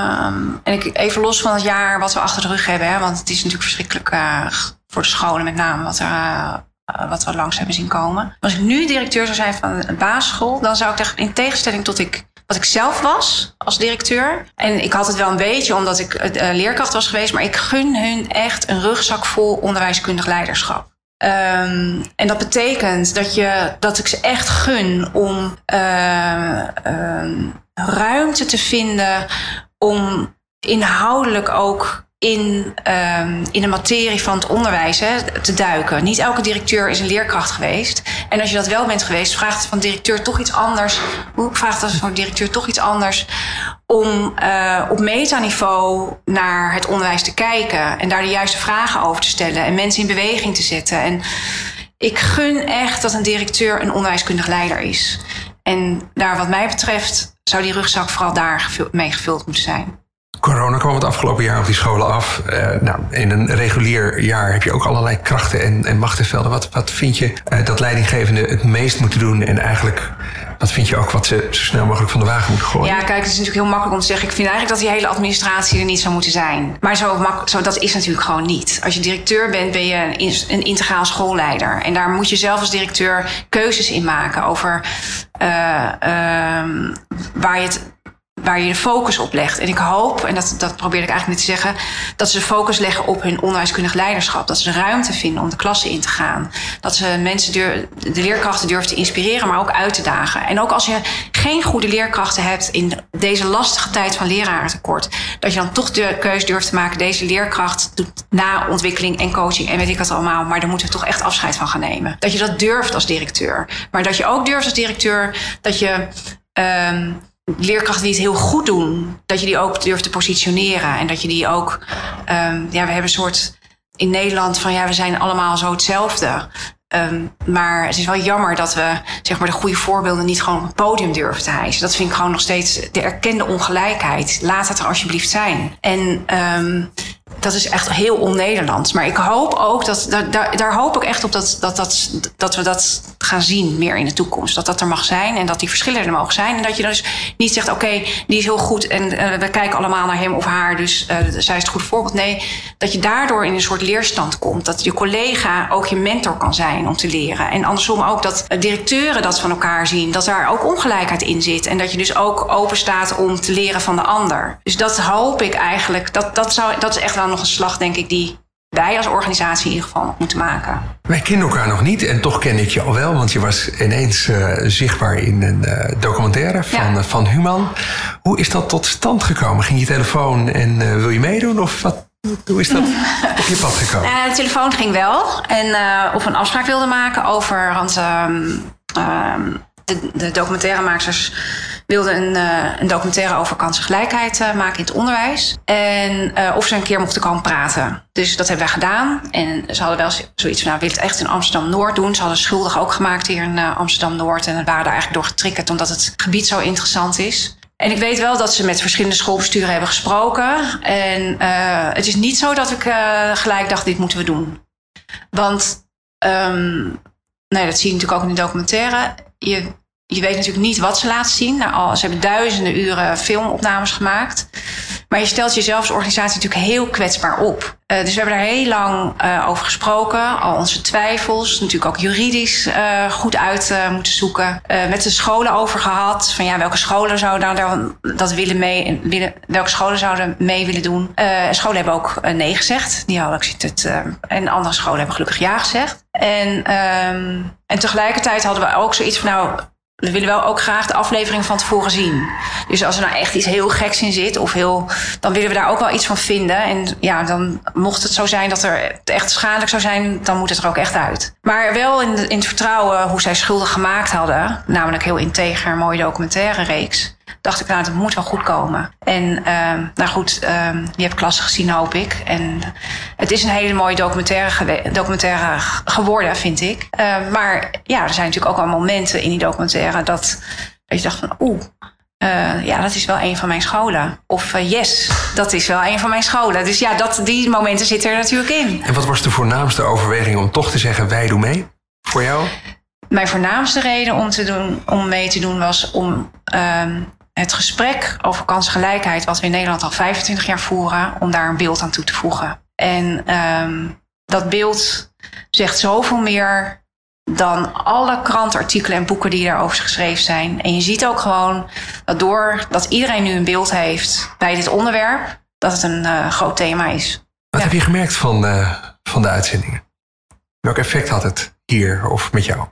en ik even los van het jaar wat we achter de rug hebben... Hè, want het is natuurlijk verschrikkelijk uh, voor de scholen met name... wat er... Uh, Uh, wat we langs hebben zien komen. Als ik nu directeur zou zijn van een basisschool... dan zou ik in tegenstelling tot ik, wat ik zelf was als directeur... en ik had het wel een beetje omdat ik uh, leerkracht was geweest... maar ik gun hun echt een rugzak vol onderwijskundig leiderschap. Um, en dat betekent dat, je, dat ik ze echt gun om uh, uh, ruimte te vinden... om inhoudelijk ook... In, um, in de materie van het onderwijs hè, te duiken. Niet elke directeur is een leerkracht geweest. En als je dat wel bent geweest, vraagt het van de directeur toch iets anders. Hoe vraagt het van de directeur toch iets anders om uh, op metaniveau naar het onderwijs te kijken en daar de juiste vragen over te stellen en mensen in beweging te zetten. En ik gun echt dat een directeur een onderwijskundig leider is. En daar wat mij betreft zou die rugzak vooral daar mee gevuld moeten zijn. Corona kwam het afgelopen jaar op die scholen af. Uh, nou, in een regulier jaar heb je ook allerlei krachten en, en machtenvelden. Wat, wat vind je uh, dat leidinggevenden het meest moeten doen? En eigenlijk, wat vind je ook wat ze zo snel mogelijk van de wagen moeten gooien? Ja, kijk, het is natuurlijk heel makkelijk om te zeggen... ik vind eigenlijk dat die hele administratie er niet zou moeten zijn. Maar zo, mak- zo dat is natuurlijk gewoon niet. Als je directeur bent, ben je een, een integraal schoolleider. En daar moet je zelf als directeur keuzes in maken... over uh, uh, waar je het... waar je de focus op legt. En ik hoop, en dat, dat probeer ik eigenlijk net te zeggen, dat ze de focus leggen op hun onderwijskundig leiderschap. Dat ze de ruimte vinden om de klasse in te gaan. Dat ze mensen durf, de leerkrachten durven te inspireren, maar ook uit te dagen. En ook als je geen goede leerkrachten hebt in deze lastige tijd van lerarentekort, dat je dan toch de keuze durft te maken. Deze leerkracht doet na ontwikkeling en coaching en weet ik wat allemaal, maar daar moeten we toch echt afscheid van gaan nemen. Dat je dat durft als directeur. Maar dat je ook durft als directeur dat je Um, leerkrachten die het heel goed doen, dat je die ook durft te positioneren. En dat je die ook, um, ja, we hebben een soort in Nederland van, ja, we zijn allemaal zo hetzelfde. Um, maar het is wel jammer dat we, zeg maar, de goede voorbeelden niet gewoon op het podium durven te hijsen. Dat vind ik gewoon nog steeds de erkende ongelijkheid. Laat het er alsjeblieft zijn. En um, dat is echt heel on-Nederlands. Maar ik hoop ook, dat, dat, daar, daar hoop ik echt op dat, dat, dat, dat we dat gaan zien meer in de toekomst. Dat dat er mag zijn en dat die verschillen er mogen zijn. En dat je dan dus niet zegt, oké, okay, die is heel goed en uh, we kijken allemaal naar hem of haar, dus uh, zij is het goede voorbeeld. Nee, dat je daardoor in een soort leerstand komt. Dat je collega ook je mentor kan zijn om te leren. En andersom ook dat directeuren dat van elkaar zien. Dat daar ook ongelijkheid in zit. En dat je dus ook open staat om te leren van de ander. Dus dat hoop ik eigenlijk. Dat, dat, zou, dat is echt wel nog een slag, denk ik, die wij als organisatie in ieder geval nog moeten maken. Wij kennen elkaar nog niet en toch ken ik je al wel. Want je was ineens uh, zichtbaar in een uh, documentaire van, ja. uh, van Human. Hoe is dat tot stand gekomen? Ging je telefoon en uh, wil je meedoen? Of wat? Hoe is dat op je pad gekomen? Uh, de telefoon ging wel. En uh, of een afspraak wilde maken over... Want uh, uh, de, de documentairemakers wilden een, uh, een documentaire over kansengelijkheid uh, maken in het onderwijs. En uh, of ze een keer mochten komen praten. Dus dat hebben wij gedaan. En ze hadden wel zoiets van, nou, we willen het echt in Amsterdam-Noord doen. Ze hadden schuldig ook gemaakt hier in uh, Amsterdam-Noord. En we waren daar eigenlijk door getriggerd omdat het gebied zo interessant is. En ik weet wel dat ze met verschillende schoolbesturen hebben gesproken. En uh, het is niet zo dat ik uh, gelijk dacht, dit moeten we doen. Want, um, nee, dat zie je natuurlijk ook in de documentaire. Je, je weet natuurlijk niet wat ze laten zien. Nou, al, ze hebben duizenden uren filmopnames gemaakt. Maar je stelt jezelf als organisatie natuurlijk heel kwetsbaar op. Uh, dus we hebben daar heel lang uh, over gesproken. Al onze twijfels, natuurlijk ook juridisch uh, goed uit uh, moeten zoeken. Uh, met de scholen over gehad. Van ja, welke scholen zouden nou dat willen mee, willen, welke scholen zouden mee willen doen. Uh, scholen hebben ook uh, nee gezegd. Die hadden, ik zit het, uh, en andere scholen hebben gelukkig ja gezegd. En, um, en tegelijkertijd hadden we ook zoiets van, nou, we willen wel ook graag de aflevering van tevoren zien. Dus als er nou echt iets heel geks in zit, of heel, dan willen we daar ook wel iets van vinden. En ja, dan mocht het zo zijn dat er echt schadelijk zou zijn, dan moet het er ook echt uit. Maar wel in, de, in het vertrouwen hoe zij schuldig gemaakt hadden, namelijk heel integer, een mooie documentaire reeks, dacht ik, nou, dat moet wel goed komen. En uh, nou goed, uh, je hebt klasse gezien, hoop ik. En het is een hele mooie documentaire, gewe- documentaire geworden, vind ik. Uh, maar ja, er zijn natuurlijk ook wel momenten in die documentaire dat, dat je dacht van, oeh, uh, ja, dat is wel een van mijn scholen. Of uh, yes, dat is wel een van mijn scholen. Dus ja, dat, die momenten zitten er natuurlijk in. En wat was de voornaamste overweging om toch te zeggen, wij doen mee? Voor jou? Mijn voornaamste reden om, te doen, om mee te doen was om um, het gesprek over kansengelijkheid, wat we in Nederland al vijfentwintig jaar voeren, om daar een beeld aan toe te voegen. En um, dat beeld zegt zoveel meer dan alle krantenartikelen en boeken die daarover geschreven zijn. En je ziet ook gewoon dat doordat iedereen nu een beeld heeft bij dit onderwerp, dat het een uh, groot thema is. Wat ja. heb je gemerkt van, uh, van de uitzendingen? Welk effect had het hier of met jou?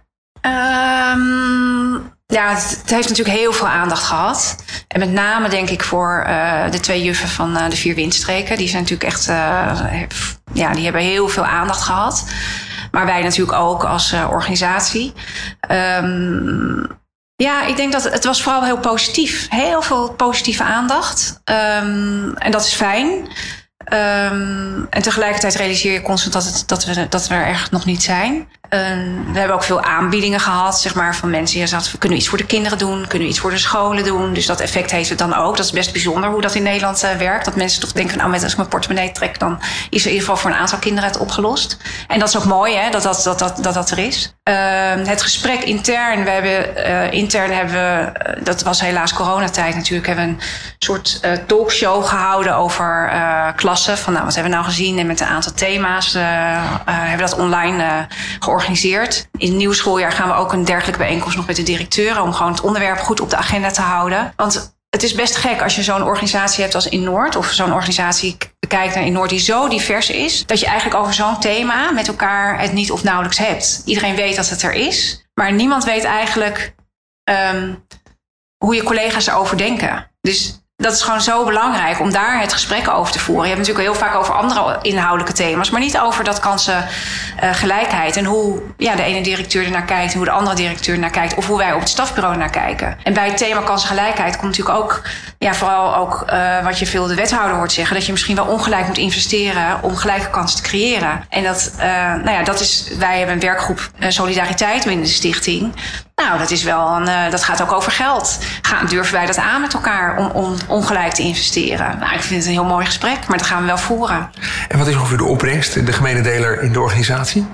Um, ja, het, het heeft natuurlijk heel veel aandacht gehad. En met name denk ik voor uh, de twee juffen van uh, de vier windstreken. Die zijn natuurlijk echt, uh, ja, die hebben heel veel aandacht gehad. Maar wij natuurlijk ook als uh, organisatie. Um, ja, ik denk dat het was vooral heel positief. Heel veel positieve aandacht. Um, en dat is fijn. Um, en tegelijkertijd realiseer je constant dat, het, dat, we, dat we er echt nog niet zijn. Um, we hebben ook veel aanbiedingen gehad, zeg maar, van mensen die zeiden, we kunnen iets voor de kinderen doen, kunnen we iets voor de scholen doen. Dus dat effect heeft het dan ook. Dat is best bijzonder hoe dat in Nederland uh, werkt. Dat mensen toch denken, nou, met, als ik mijn portemonnee trek, dan is er in ieder geval voor een aantal kinderen het opgelost. En dat is ook mooi, hè, dat dat, dat, dat, dat, dat er is. Uh, het gesprek intern, we hebben, uh, intern hebben we, uh, dat was helaas coronatijd natuurlijk, hebben we een soort uh, talkshow gehouden over uh, klassen. Van nou, wat hebben we nou gezien? En met een aantal thema's uh, uh, hebben we dat online uh, georganiseerd. In het nieuwe schooljaar gaan we ook een dergelijke bijeenkomst nog met de directeuren, om gewoon het onderwerp goed op de agenda te houden. Want het is best gek als je zo'n organisatie hebt als InNoord, of zo'n organisatie bekijkt naar InNoord die zo divers is, dat je eigenlijk over zo'n thema met elkaar het niet of nauwelijks hebt. Iedereen weet dat het er is, maar niemand weet eigenlijk um, hoe je collega's erover denken. Dus dat is gewoon zo belangrijk om daar het gesprek over te voeren. Je hebt natuurlijk heel vaak over andere inhoudelijke thema's, maar niet over dat kansengelijkheid. En hoe ja, de ene directeur ernaar kijkt en hoe de andere directeur ernaar kijkt. Of hoe wij op het stafbureau ernaar kijken. En bij het thema kansengelijkheid komt natuurlijk ook, ja, vooral ook uh, wat je veel de wethouder hoort zeggen, dat je misschien wel ongelijk moet investeren om gelijke kansen te creëren. En dat, uh, nou ja, dat is, wij hebben een werkgroep uh, Solidariteit binnen de stichting. Nou, dat is wel een, uh, dat gaat ook over geld. Gaan, durven wij dat aan met elkaar om, om ongelijk te investeren? Nou, ik vind het een heel mooi gesprek, maar dat gaan we wel voeren. En wat is ongeveer de opbrengst, de gemene deler in de organisatie?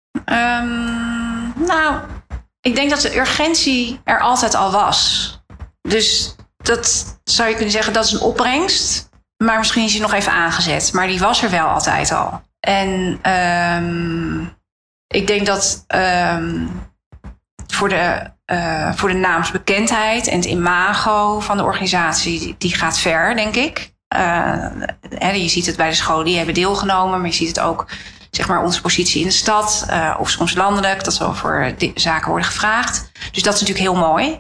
Um, nou, ik denk dat de urgentie er altijd al was. Dus dat zou je kunnen zeggen, dat is een opbrengst. Maar misschien is die nog even aangezet. Maar die was er wel altijd al. En um, ik denk dat Um, Voor de, uh, voor de naamsbekendheid en het imago van de organisatie, die, die gaat ver, denk ik. Uh, hè, je ziet het bij de scholen die hebben deelgenomen, maar je ziet het ook, zeg maar, onze positie in de stad, uh, of soms landelijk, dat er over die zaken worden gevraagd. Dus dat is natuurlijk heel mooi.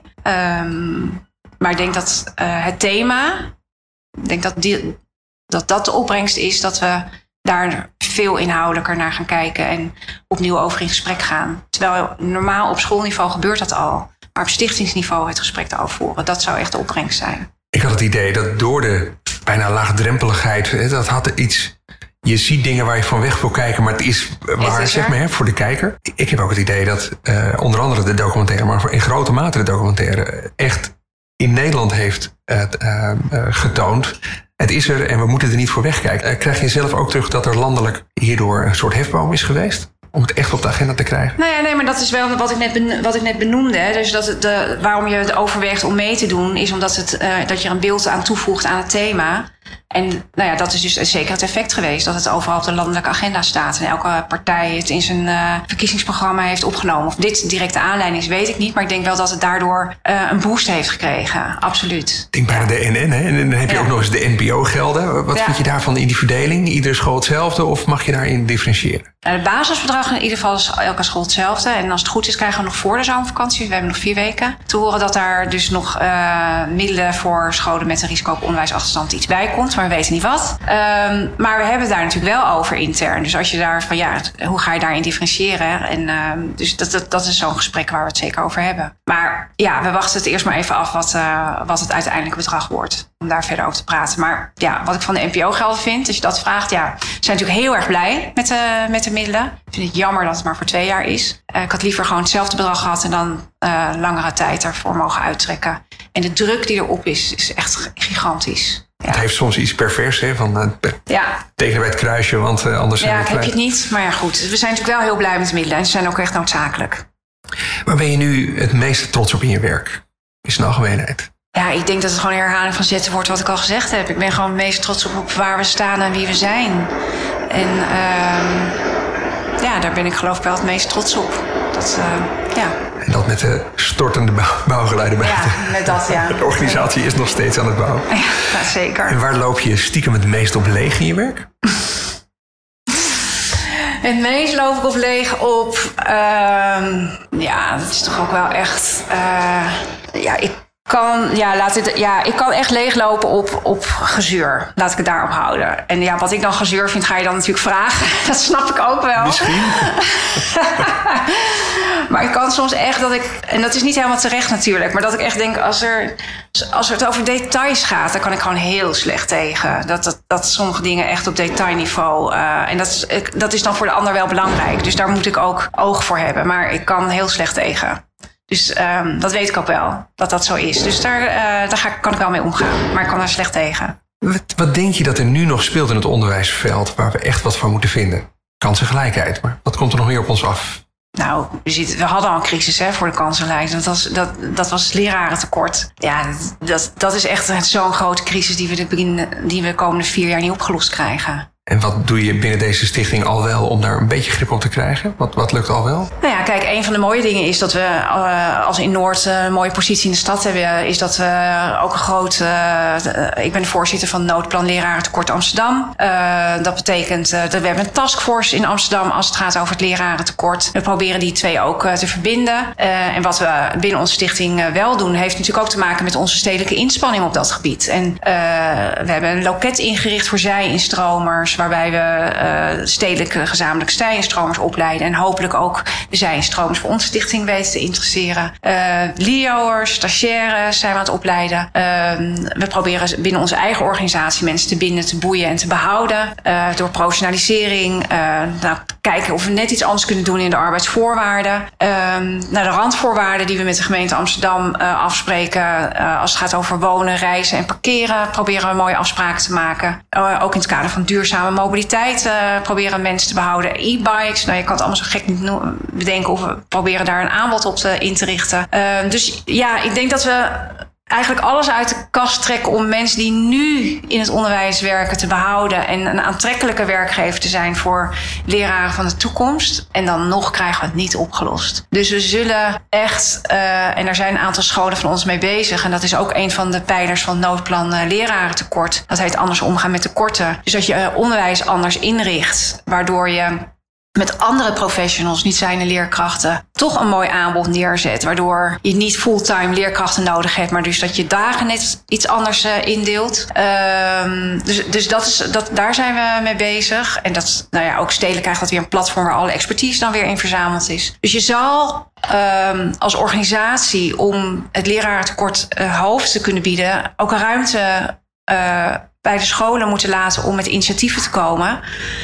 Um, maar ik denk dat uh, het thema, ik denk dat, die, dat dat de opbrengst is, dat we daar veel inhoudelijker naar gaan kijken en opnieuw over in gesprek gaan. Terwijl normaal op schoolniveau gebeurt dat al. Maar op stichtingsniveau het gesprek daarover voeren, dat zou echt de opbrengst zijn. Ik had het idee dat door de bijna laagdrempeligheid, dat had iets. Je ziet dingen waar je van weg wil kijken, maar het is waar, is zeg maar, hè, voor de kijker. Ik heb ook het idee dat uh, onder andere de documentaire, maar in grote mate de documentaire echt in Nederland heeft uh, uh, uh, getoond. Het is er en we moeten er niet voor wegkijken. Krijg je zelf ook terug dat er landelijk hierdoor een soort hefboom is geweest? Om het echt op de agenda te krijgen? Nou ja, nee, maar dat is wel wat ik net, ben, wat ik net benoemde. Dus dat het de, waarom je het overweegt om mee te doen, is omdat het, uh, dat je er een beeld aan toevoegt aan het thema. En nou ja, dat is dus zeker het effect geweest, dat het overal op de landelijke agenda staat. En elke partij het in zijn uh, verkiezingsprogramma heeft opgenomen. Of dit directe aanleiding is, weet ik niet. Maar ik denk wel dat het daardoor uh, een boost heeft gekregen. Absoluut. Ik denk bijna de N N, hè? En dan heb je ja. ook nog eens de N P O-gelden. Wat ja. vind je daarvan in die verdeling? Iedere school hetzelfde of mag je daarin differentiëren? Het basisbedrag in ieder geval is elke school hetzelfde. En als het goed is, krijgen we nog voor de zomervakantie, we hebben nog vier weken, te horen dat daar dus nog uh, middelen voor scholen met een risico op onderwijsachterstand iets bij komt. Maar we weten niet wat. Um, maar we hebben het daar natuurlijk wel over intern. Dus als je daar van ja, hoe ga je daarin differentiëren? En um, dus dat, dat, dat is zo'n gesprek waar we het zeker over hebben. Maar ja, we wachten het eerst maar even af wat, uh, wat het uiteindelijke bedrag wordt. Om daar verder over te praten. Maar ja, wat ik van de N P O-gelden vind, als je dat vraagt, ja, we zijn natuurlijk heel erg blij met de, met de middelen. Ik vind het jammer dat het maar voor twee jaar is. Uh, ik had liever gewoon hetzelfde bedrag gehad en dan uh, langere tijd ervoor mogen uittrekken. En de druk die erop is, is echt gigantisch. Ja. Het heeft soms iets pervers, hè? Van uh, ja. tegen bij het kruisje, want uh, anders... Ja, heb je het niet. Maar ja, goed. We zijn natuurlijk wel heel blij met de middelen. En ze zijn ook echt noodzakelijk. Waar ben je nu het meeste trots op in je werk? In zijn algemeenheid? Ja, ik denk dat het gewoon een herhaling van zetten wordt wat ik al gezegd heb. Ik ben gewoon het meest trots op, op waar we staan en wie we zijn. En uh, ja, daar ben ik geloof ik wel het meest trots op. Dat, uh, ja. En dat met de stortende bouw, bouwgeluiden bij. Ja, met dat, ja. De organisatie is nog steeds aan het bouwen. Ja, zeker. En waar loop je stiekem het meest op leeg in je werk? Het meest loop ik op leeg op... Uh, ja, dat is toch ook wel echt... Uh, ja, ik kan, ja, laat het, ja, ik kan echt leeglopen op, op gezeur. Laat ik het daarop houden. En ja, wat ik dan gezeur vind, ga je dan natuurlijk vragen. Dat snap ik ook wel. Misschien. Maar ik kan soms echt dat ik... En dat is niet helemaal terecht natuurlijk. Maar dat ik echt denk, als er, als het over details gaat... dan kan ik gewoon heel slecht tegen. Dat, dat, dat sommige dingen echt op detailniveau... Uh, en dat is, dat is dan voor de ander wel belangrijk. Dus daar moet ik ook oog voor hebben. Maar ik kan heel slecht tegen. Dus um, dat weet ik ook wel, dat dat zo is. Dus daar, uh, daar ga ik, kan ik wel mee omgaan. Maar ik kan daar slecht tegen. Wat, wat denk je dat er nu nog speelt in het onderwijsveld... waar we echt wat van moeten vinden? Kansengelijkheid, maar wat komt er nog meer op ons af? Nou, we, zitten, we hadden al een crisis hè, voor de kansengelijkheid. Dat was, dat, dat was het lerarentekort. Ja, dat, dat is echt zo'n grote crisis... die we de, begin, die we de komende vier jaar niet opgelost krijgen. En wat doe je binnen deze stichting al wel om daar een beetje grip op te krijgen? Wat, wat lukt al wel? Nou ja, kijk, een van de mooie dingen is dat we uh, als in Noord uh, een mooie positie in de stad hebben. Is dat we ook een groot... Uh, ik ben de voorzitter van Noodplan Lerarentekort Amsterdam. Uh, dat betekent uh, dat we hebben een taskforce in Amsterdam als het gaat over het lerarentekort. We proberen die twee ook uh, te verbinden. Uh, en wat we binnen onze stichting uh, wel doen, heeft natuurlijk ook te maken met onze stedelijke inspanning op dat gebied. En uh, we hebben een loket ingericht voor zij-instromers, waarbij we uh, stedelijke gezamenlijke zij-instromers opleiden en hopelijk ook de zij-instromers voor onze stichting weten te interesseren. Uh, L I O'ers, stagiaires zijn we aan het opleiden. Uh, we proberen binnen onze eigen organisatie mensen te binden, te boeien en te behouden. Uh, door professionalisering. Uh, nou, kijken of we net iets anders kunnen doen in de arbeidsvoorwaarden. Uh, nou, de randvoorwaarden die we met de gemeente Amsterdam uh, afspreken. Uh, als het gaat over wonen, reizen en parkeren, proberen we mooie afspraken te maken. Uh, ook in het kader van duurzame mobiliteit uh, proberen mensen te behouden. E-bikes, nou, je kan het allemaal zo gek niet bedenken of we proberen daar een aanbod op te, in te richten. Uh, dus ja, ik denk dat we eigenlijk alles uit de kast trekken om mensen die nu in het onderwijs werken te behouden en een aantrekkelijke werkgever te zijn voor leraren van de toekomst. En dan nog krijgen we het niet opgelost. Dus we zullen echt, uh, en daar zijn een aantal scholen van ons mee bezig, en dat is ook een van de pijlers van Noodplan uh, Lerarentekort. Dat heet anders omgaan met tekorten. Dus dat je uh, onderwijs anders inricht, waardoor je met andere professionals, niet zijnde leerkrachten, toch een mooi aanbod neerzet. Waardoor je niet fulltime leerkrachten nodig hebt, maar dus dat je dagen net iets anders uh, indeelt. Um, dus dus dat is, dat, daar zijn we mee bezig. En dat, nou ja, ook stedelijk krijgt dat weer een platform waar alle expertise dan weer in verzameld is. Dus je zal um, als organisatie, om het lerarentekort uh, hoofd te kunnen bieden, ook een ruimte uh, bij de scholen moeten laten om met initiatieven te komen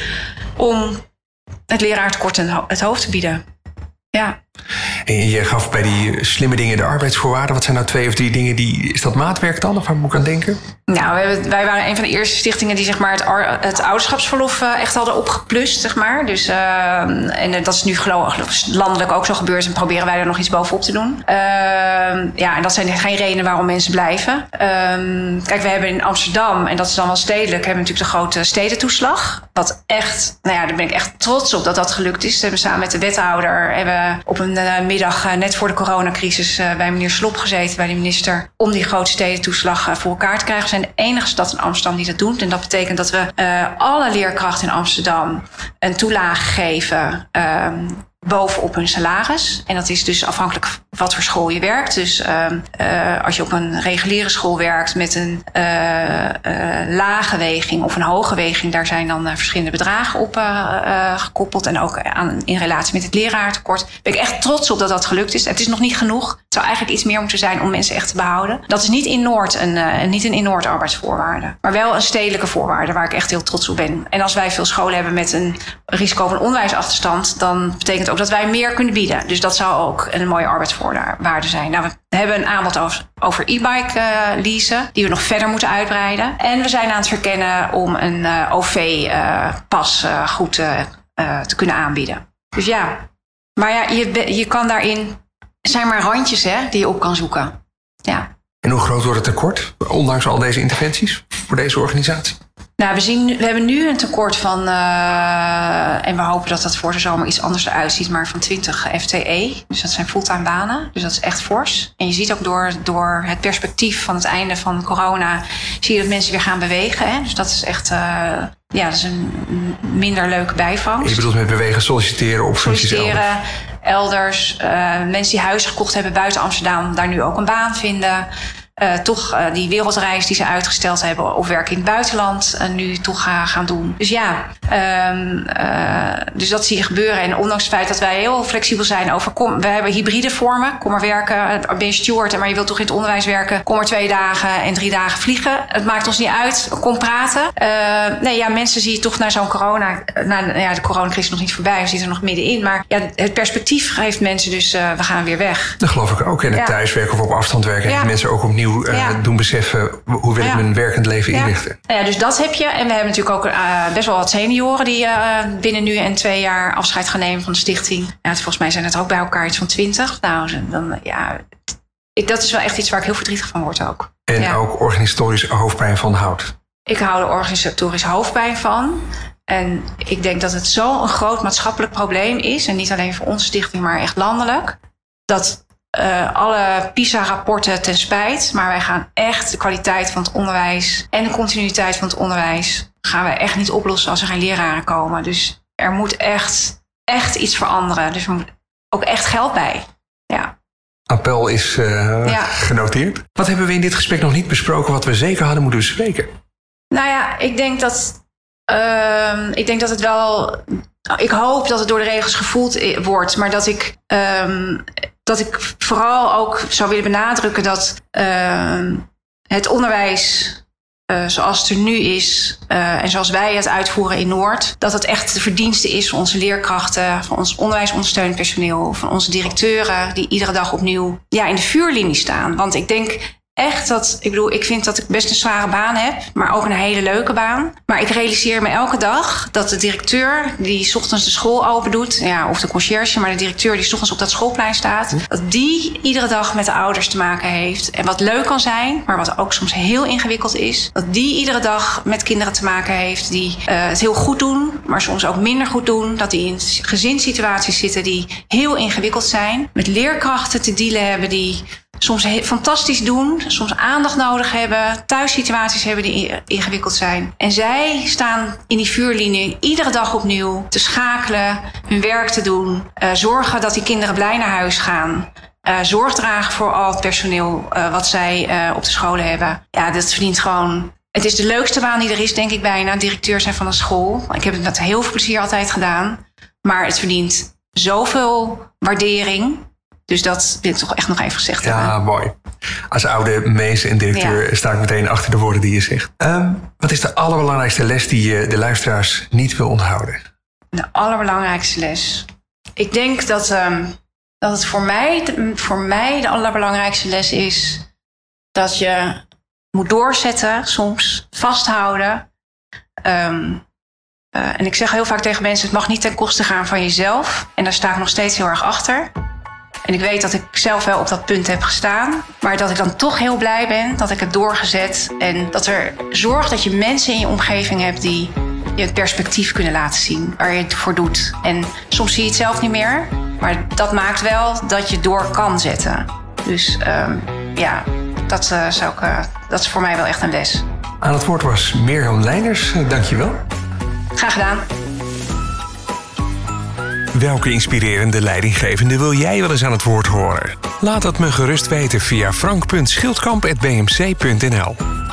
om het leraartekort het hoofd te bieden. Ja. En je gaf bij die slimme dingen de arbeidsvoorwaarden. Wat zijn nou twee of drie dingen die... Is dat maatwerk dan? Of waar moet ik aan denken? Nou, we hebben, wij waren een van de eerste stichtingen die zeg maar, het, het ouderschapsverlof uh, echt hadden opgeplust. Zeg maar. Dus, uh, en dat is nu geloof, landelijk ook zo gebeurd. En proberen wij er nog iets bovenop te doen. Uh, ja, en dat zijn geen redenen waarom mensen blijven. Uh, kijk, we hebben in Amsterdam, en dat is dan wel stedelijk, hebben we natuurlijk de grote stedentoeslag. Wat echt, nou ja, daar ben ik echt trots op dat dat gelukt is. We hebben samen met de wethouder hebben op een uh, middag uh, net voor de coronacrisis uh, bij meneer Slop gezeten, bij de minister, om die grote stedentoeslag uh, voor elkaar te krijgen. We zijn de enige stad in Amsterdam die dat doet. En dat betekent dat we uh, alle leerkrachten in Amsterdam een toelage geven Uh, bovenop hun salaris. En dat is dus afhankelijk wat voor school je werkt. Dus uh, uh, als je op een reguliere school werkt met een uh, uh, lage weging of een hoge weging, daar zijn dan uh, verschillende bedragen op uh, uh, gekoppeld. En ook aan, in relatie met het leraartekort. Ben ik echt trots op dat dat gelukt is. Het is nog niet genoeg. Het zou eigenlijk iets meer moeten zijn om mensen echt te behouden. Dat is niet in Noord een, uh, niet een in Noord arbeidsvoorwaarde. Maar wel een stedelijke voorwaarde waar ik echt heel trots op ben. En als wij veel scholen hebben met een risico van onderwijsachterstand, dan betekent ook dat wij meer kunnen bieden. Dus dat zou ook een mooie arbeidsvoorwaarde zijn. Nou, we hebben een aanbod over, over e-bike uh, leasen, die we nog verder moeten uitbreiden. En we zijn aan het verkennen om een uh, O V-pas uh, uh, goed uh, uh, te kunnen aanbieden. Dus ja, maar ja, je, je kan daarin, er zijn maar randjes hè, die je op kan zoeken. Ja. En hoe groot wordt het tekort, ondanks al deze interventies voor deze organisatie? Nou, we, zien, we hebben nu een tekort van, uh, en we hopen dat dat voor de zomer iets anders eruit ziet, maar van twintig F T E. Dus dat zijn fulltime banen. Dus dat is echt fors. En je ziet ook door, door het perspectief van het einde van corona, zie je dat mensen weer gaan bewegen. Hè? Dus dat is echt, uh, ja, dat is een minder leuke bijvangst. Je bedoelt met bewegen, solliciteren op functies elders? elders. Uh, mensen die huizen gekocht hebben buiten Amsterdam, daar nu ook een baan vinden. Uh, toch uh, die wereldreis die ze uitgesteld hebben of werken in het buitenland uh, nu toch uh, gaan doen. Dus ja, um, uh, dus dat zie je gebeuren. En ondanks het feit dat wij heel flexibel zijn over, kom, we hebben hybride vormen. Kom maar werken, ben je steward, maar je wilt toch in het onderwijs werken. Kom maar twee dagen en drie dagen vliegen. Het maakt ons niet uit. Kom praten. Uh, nee, ja, mensen zie je toch naar zo'n corona, na ja, de coronacrisis nog niet voorbij. We zitten er nog middenin. Maar ja, het perspectief geeft mensen dus, uh, we gaan weer weg. Dat geloof ik ook. En het ja. thuiswerken of op afstand werken, ja. heeft mensen ook opnieuw Uh, ja. doen beseffen, hoe wil ik ja. mijn werkend leven ja. inrichten. Ja, dus dat heb je. En we hebben natuurlijk ook uh, best wel wat senioren die uh, binnen nu en twee jaar afscheid gaan nemen van de stichting. Ja, volgens mij zijn het er ook bij elkaar iets van twintig. Nou, dan, ja, ik, dat is wel echt iets waar ik heel verdrietig van word ook. En ja. ook organisatorisch hoofdpijn van houdt. Ik hou er organisatorisch hoofdpijn van. En ik denk dat het zo'n groot maatschappelijk probleem is. En niet alleen voor onze stichting, maar echt landelijk. Dat uh, alle PISA-rapporten ten spijt. Maar wij gaan echt de kwaliteit van het onderwijs en de continuïteit van het onderwijs gaan we echt niet oplossen als er geen leraren komen. Dus er moet echt, echt iets veranderen. Dus er moet ook echt geld bij. Ja. Appel is uh, ja. genoteerd. Wat hebben we in dit gesprek nog niet besproken wat we zeker hadden moeten bespreken? Nou ja, ik denk dat, uh, ik denk dat het wel... Ik hoop dat het door de regels gevoeld wordt. Maar dat ik, um, dat ik vooral ook zou willen benadrukken dat uh, het onderwijs... Uh, zoals het er nu is uh, en zoals wij het uitvoeren in Noord... dat het echt de verdienste is van onze leerkrachten... van ons onderwijsondersteunend personeel... van onze directeuren die iedere dag opnieuw ja, in de vuurlinie staan. Want ik denk echt dat... Ik bedoel, ik vind dat ik best een zware baan heb... maar ook een hele leuke baan. Maar ik realiseer me elke dag dat de directeur... die 's ochtends de school open doet... Ja, of de conciërge, maar de directeur die 's ochtends op dat schoolplein staat... dat die iedere dag met de ouders te maken heeft. En wat leuk kan zijn, maar wat ook soms heel ingewikkeld is... dat die iedere dag met kinderen te maken heeft... die uh, het heel goed doen, maar soms ook minder goed doen. Dat die in gezinssituaties zitten die heel ingewikkeld zijn. Met leerkrachten te dealen hebben die... soms fantastisch doen, soms aandacht nodig hebben... thuissituaties hebben die ingewikkeld zijn. En zij staan in die vuurlinie iedere dag opnieuw te schakelen... hun werk te doen, uh, zorgen dat die kinderen blij naar huis gaan... Uh, zorg dragen voor al het personeel uh, wat zij uh, op de scholen hebben. Ja, dat verdient gewoon... Het is de leukste baan die er is, denk ik bijna, directeur zijn van een school. Ik heb het met heel veel plezier altijd gedaan. Maar het verdient zoveel waardering... Dus dat wil ik toch echt nog even gezegd ja, hebben. Ja, mooi. Als oude mees en directeur ja. sta ik meteen achter de woorden die je zegt. Um, wat is de allerbelangrijkste les die je de luisteraars niet wil onthouden? De allerbelangrijkste les? Ik denk dat, um, dat het voor mij, voor mij de allerbelangrijkste les is... dat je moet doorzetten, soms vasthouden. Um, uh, en ik zeg heel vaak tegen mensen... het mag niet ten koste gaan van jezelf. En daar sta ik nog steeds heel erg achter... En ik weet dat ik zelf wel op dat punt heb gestaan. Maar dat ik dan toch heel blij ben dat ik het doorgezet. En dat er zorgt dat je mensen in je omgeving hebt die je het perspectief kunnen laten zien. Waar je het voor doet. En soms zie je het zelf niet meer. Maar dat maakt wel dat je door kan zetten. Dus um, ja, dat, uh, zou ik, uh, dat is voor mij wel echt een les. Aan het woord was Mirjam Leijners. Dank je wel. Graag gedaan. Welke inspirerende leidinggevende wil jij wel eens aan het woord horen? Laat het me gerust weten via frank punt schildkamp apenstaartje b m c punt n l.